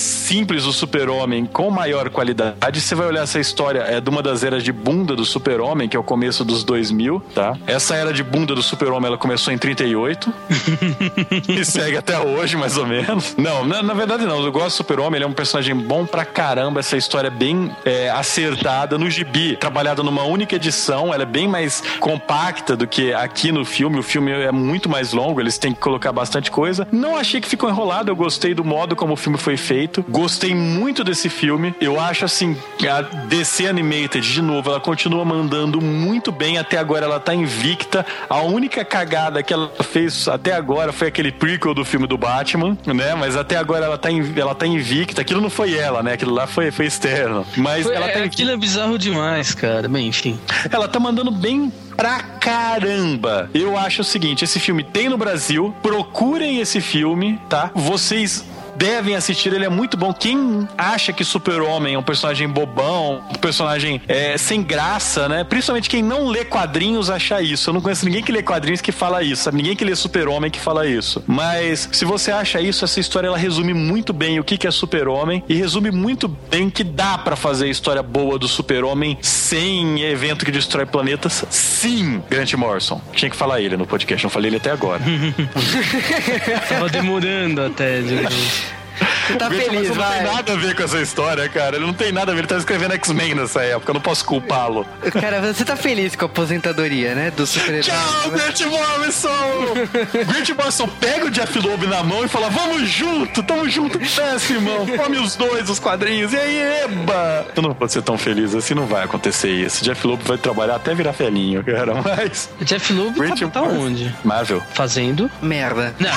simples do Super-Homem com maior qualidade. Você vai olhar essa história, é de uma das eras de bunda do Super-Homem, que é o começo dos dois mil, tá? Essa era de bunda do Super-Homem, ela começou em trinta e oito e segue até hoje, mais ou menos. Não, na, na verdade não, eu gosto do Super-Homem, ele é um personagem bom pra caramba, essa história é bem é, acertada no gibi, trabalhada numa única edição, ela é bem mais compacta do que aqui no filme, o filme é muito mais longo, eles têm que colocar bastante coisa. Não achei que ficou enrolado, eu gostei do modo como o filme foi feito, gostei muito desse filme, eu acho assim, que a D C Animated, de novo, ela continua mandando muito bem, até agora ela tá invicta, a única cagada que ela fez até agora foi aquele prequel do filme do Batman, né, mas até agora ela tá, ela tá invicta, aquilo não foi ela, né, aquilo lá foi, foi externo, mas foi, ela tá é, aquilo é bizarro demais, cara, bem, enfim. Ela tá mandando bem pra caramba. Eu acho o seguinte, esse filme tem no Brasil, procurem esse filme, tá? Vocês devem assistir, ele é muito bom. Quem acha que Super-Homem é um personagem bobão, um personagem é, sem graça, né? Principalmente quem não lê quadrinhos acha isso. Eu não conheço ninguém que lê quadrinhos que fala isso, sabe? Ninguém que lê Super-Homem que fala isso. Mas se você acha isso, essa história ela resume muito bem o que que é Super-Homem e resume muito bem que dá pra fazer história boa do Super-Homem sem evento que destrói planetas. Sim, Grant Morrison. Tinha que falar ele no podcast, não falei ele até agora. Tava demorando até, digamos. Você tá feliz, não vai. tem nada a ver com essa história, cara. Ele não tem nada a ver. Ele tá escrevendo X-Men nessa época. Eu não posso culpá-lo. Cara, você tá feliz com a aposentadoria, né? Do super-herói. Tchau, Grant Morrison! Grant Morrison pega o Jeff Loeb na mão e fala: vamos junto, tamo junto, desce, irmão. Come os dois, os quadrinhos. E aí, eba! Eu não vou ser tão feliz assim, não vai acontecer isso. Jeff Loeb vai trabalhar até virar velhinho, cara. Mas. O Jeff Loeb Grant tá, tá onde? Marvel. Fazendo? Merda. Não,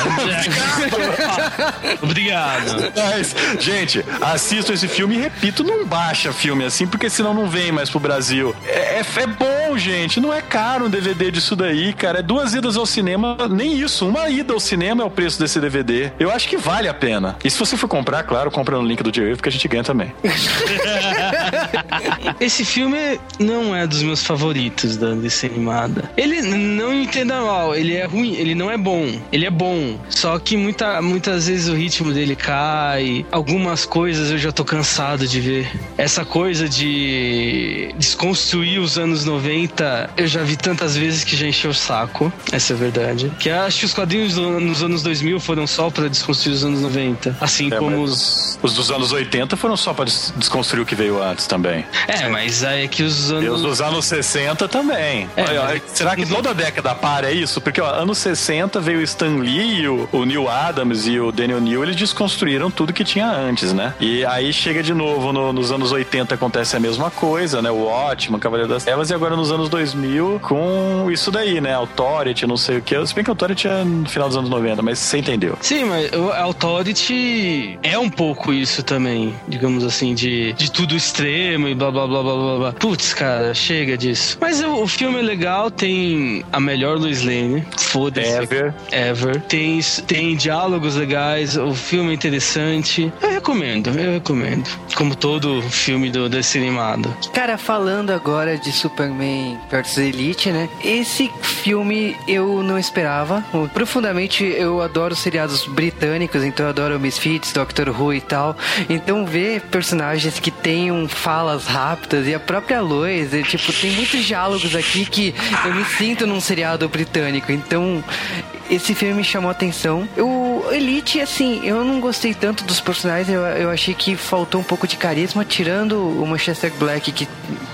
obrigado. Mas, gente, assistam esse filme e repito, não baixa filme assim, porque senão não vem mais pro Brasil. É, é, é bom, gente, não é caro um D V D disso daí, cara. É duas idas ao cinema, nem isso, uma ida ao cinema é o preço desse D V D. Eu acho que vale a pena. E se você for comprar, claro, compra no link do J-Wave, porque a gente ganha também. Esse filme não é dos meus favoritos da D C animada. Ele, não me entenda mal, ele é ruim, ele não é bom. Ele é bom, só que muita, muitas vezes o ritmo dele cai. Algumas coisas eu já tô cansado de ver. Essa coisa de desconstruir os anos noventa, eu já vi tantas vezes que já encheu o saco. Essa é a verdade. Que eu acho que os quadrinhos do, nos anos dois mil foram só pra desconstruir os anos noventa. Assim é, como os... Os dos anos oitenta foram só pra des- desconstruir o que veio antes também. É, mas aí é que os anos... E os dos anos sessenta também. É, Olha, mas... Será que toda a década para é isso? Porque, ó, anos sessenta veio o Stan Lee, e o, o Neil Adams e o Daniel Neal, eles desconstruíram tudo que tinha antes, né? E aí chega de novo, no, nos anos oitenta acontece a mesma coisa, né? O Watchmen, Cavaleiro das Trevas, e agora nos anos dois mil com isso daí, né? Authority, não sei o que. Se bem que Authority é no final dos anos noventa, mas você entendeu. Sim, mas a Authority é um pouco isso também, digamos assim, de, de tudo extremo e blá blá blá blá blá blá. Putz, cara, chega disso. Mas o, o filme é legal, tem a melhor Lois Lane, foda-se. Ever. Ever. Tem, tem diálogos legais, o filme é interessante. Eu recomendo, eu recomendo. Como todo filme do desse animado. Cara, falando agora de Superman versus Elite, né? Esse filme eu não esperava. Profundamente, eu adoro seriados britânicos, então eu adoro Misfits, Doctor Who e tal. Então ver personagens que tenham falas rápidas e a própria Lois, é, tipo, tem muitos diálogos aqui que eu me sinto num seriado britânico. Então, esse filme me chamou a atenção. O Elite, assim, eu não gostei tanto dos personagens, eu, eu achei que faltou um pouco de carisma, tirando o Manchester Black, que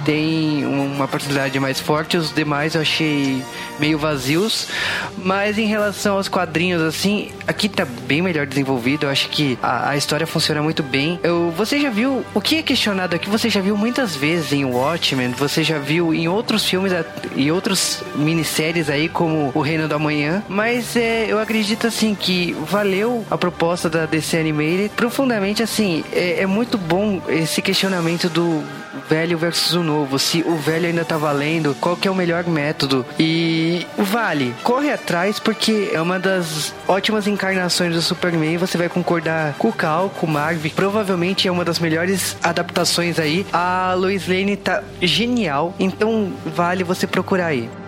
tem uma personalidade mais forte, os demais eu achei meio vazios. Mas em relação aos quadrinhos, assim, aqui tá bem melhor desenvolvido, eu acho que a, a história funciona muito bem. Eu, você já viu, o que é questionado aqui, você já viu muitas vezes em Watchmen, você já viu em outros filmes e outros minisséries aí, como O Reino do Amanhã, mas é, eu acredito, assim, que valeu a proposta da D C Animated profundamente, assim, é, é muito bom esse questionamento do velho versus o novo, se o velho ainda tá valendo, qual que é o melhor método. E vale, corre atrás, porque é uma das ótimas encarnações do Superman, você vai concordar com o Cal, com o Marv, provavelmente é uma das melhores adaptações aí. A Lois Lane tá genial, então vale você procurar aí.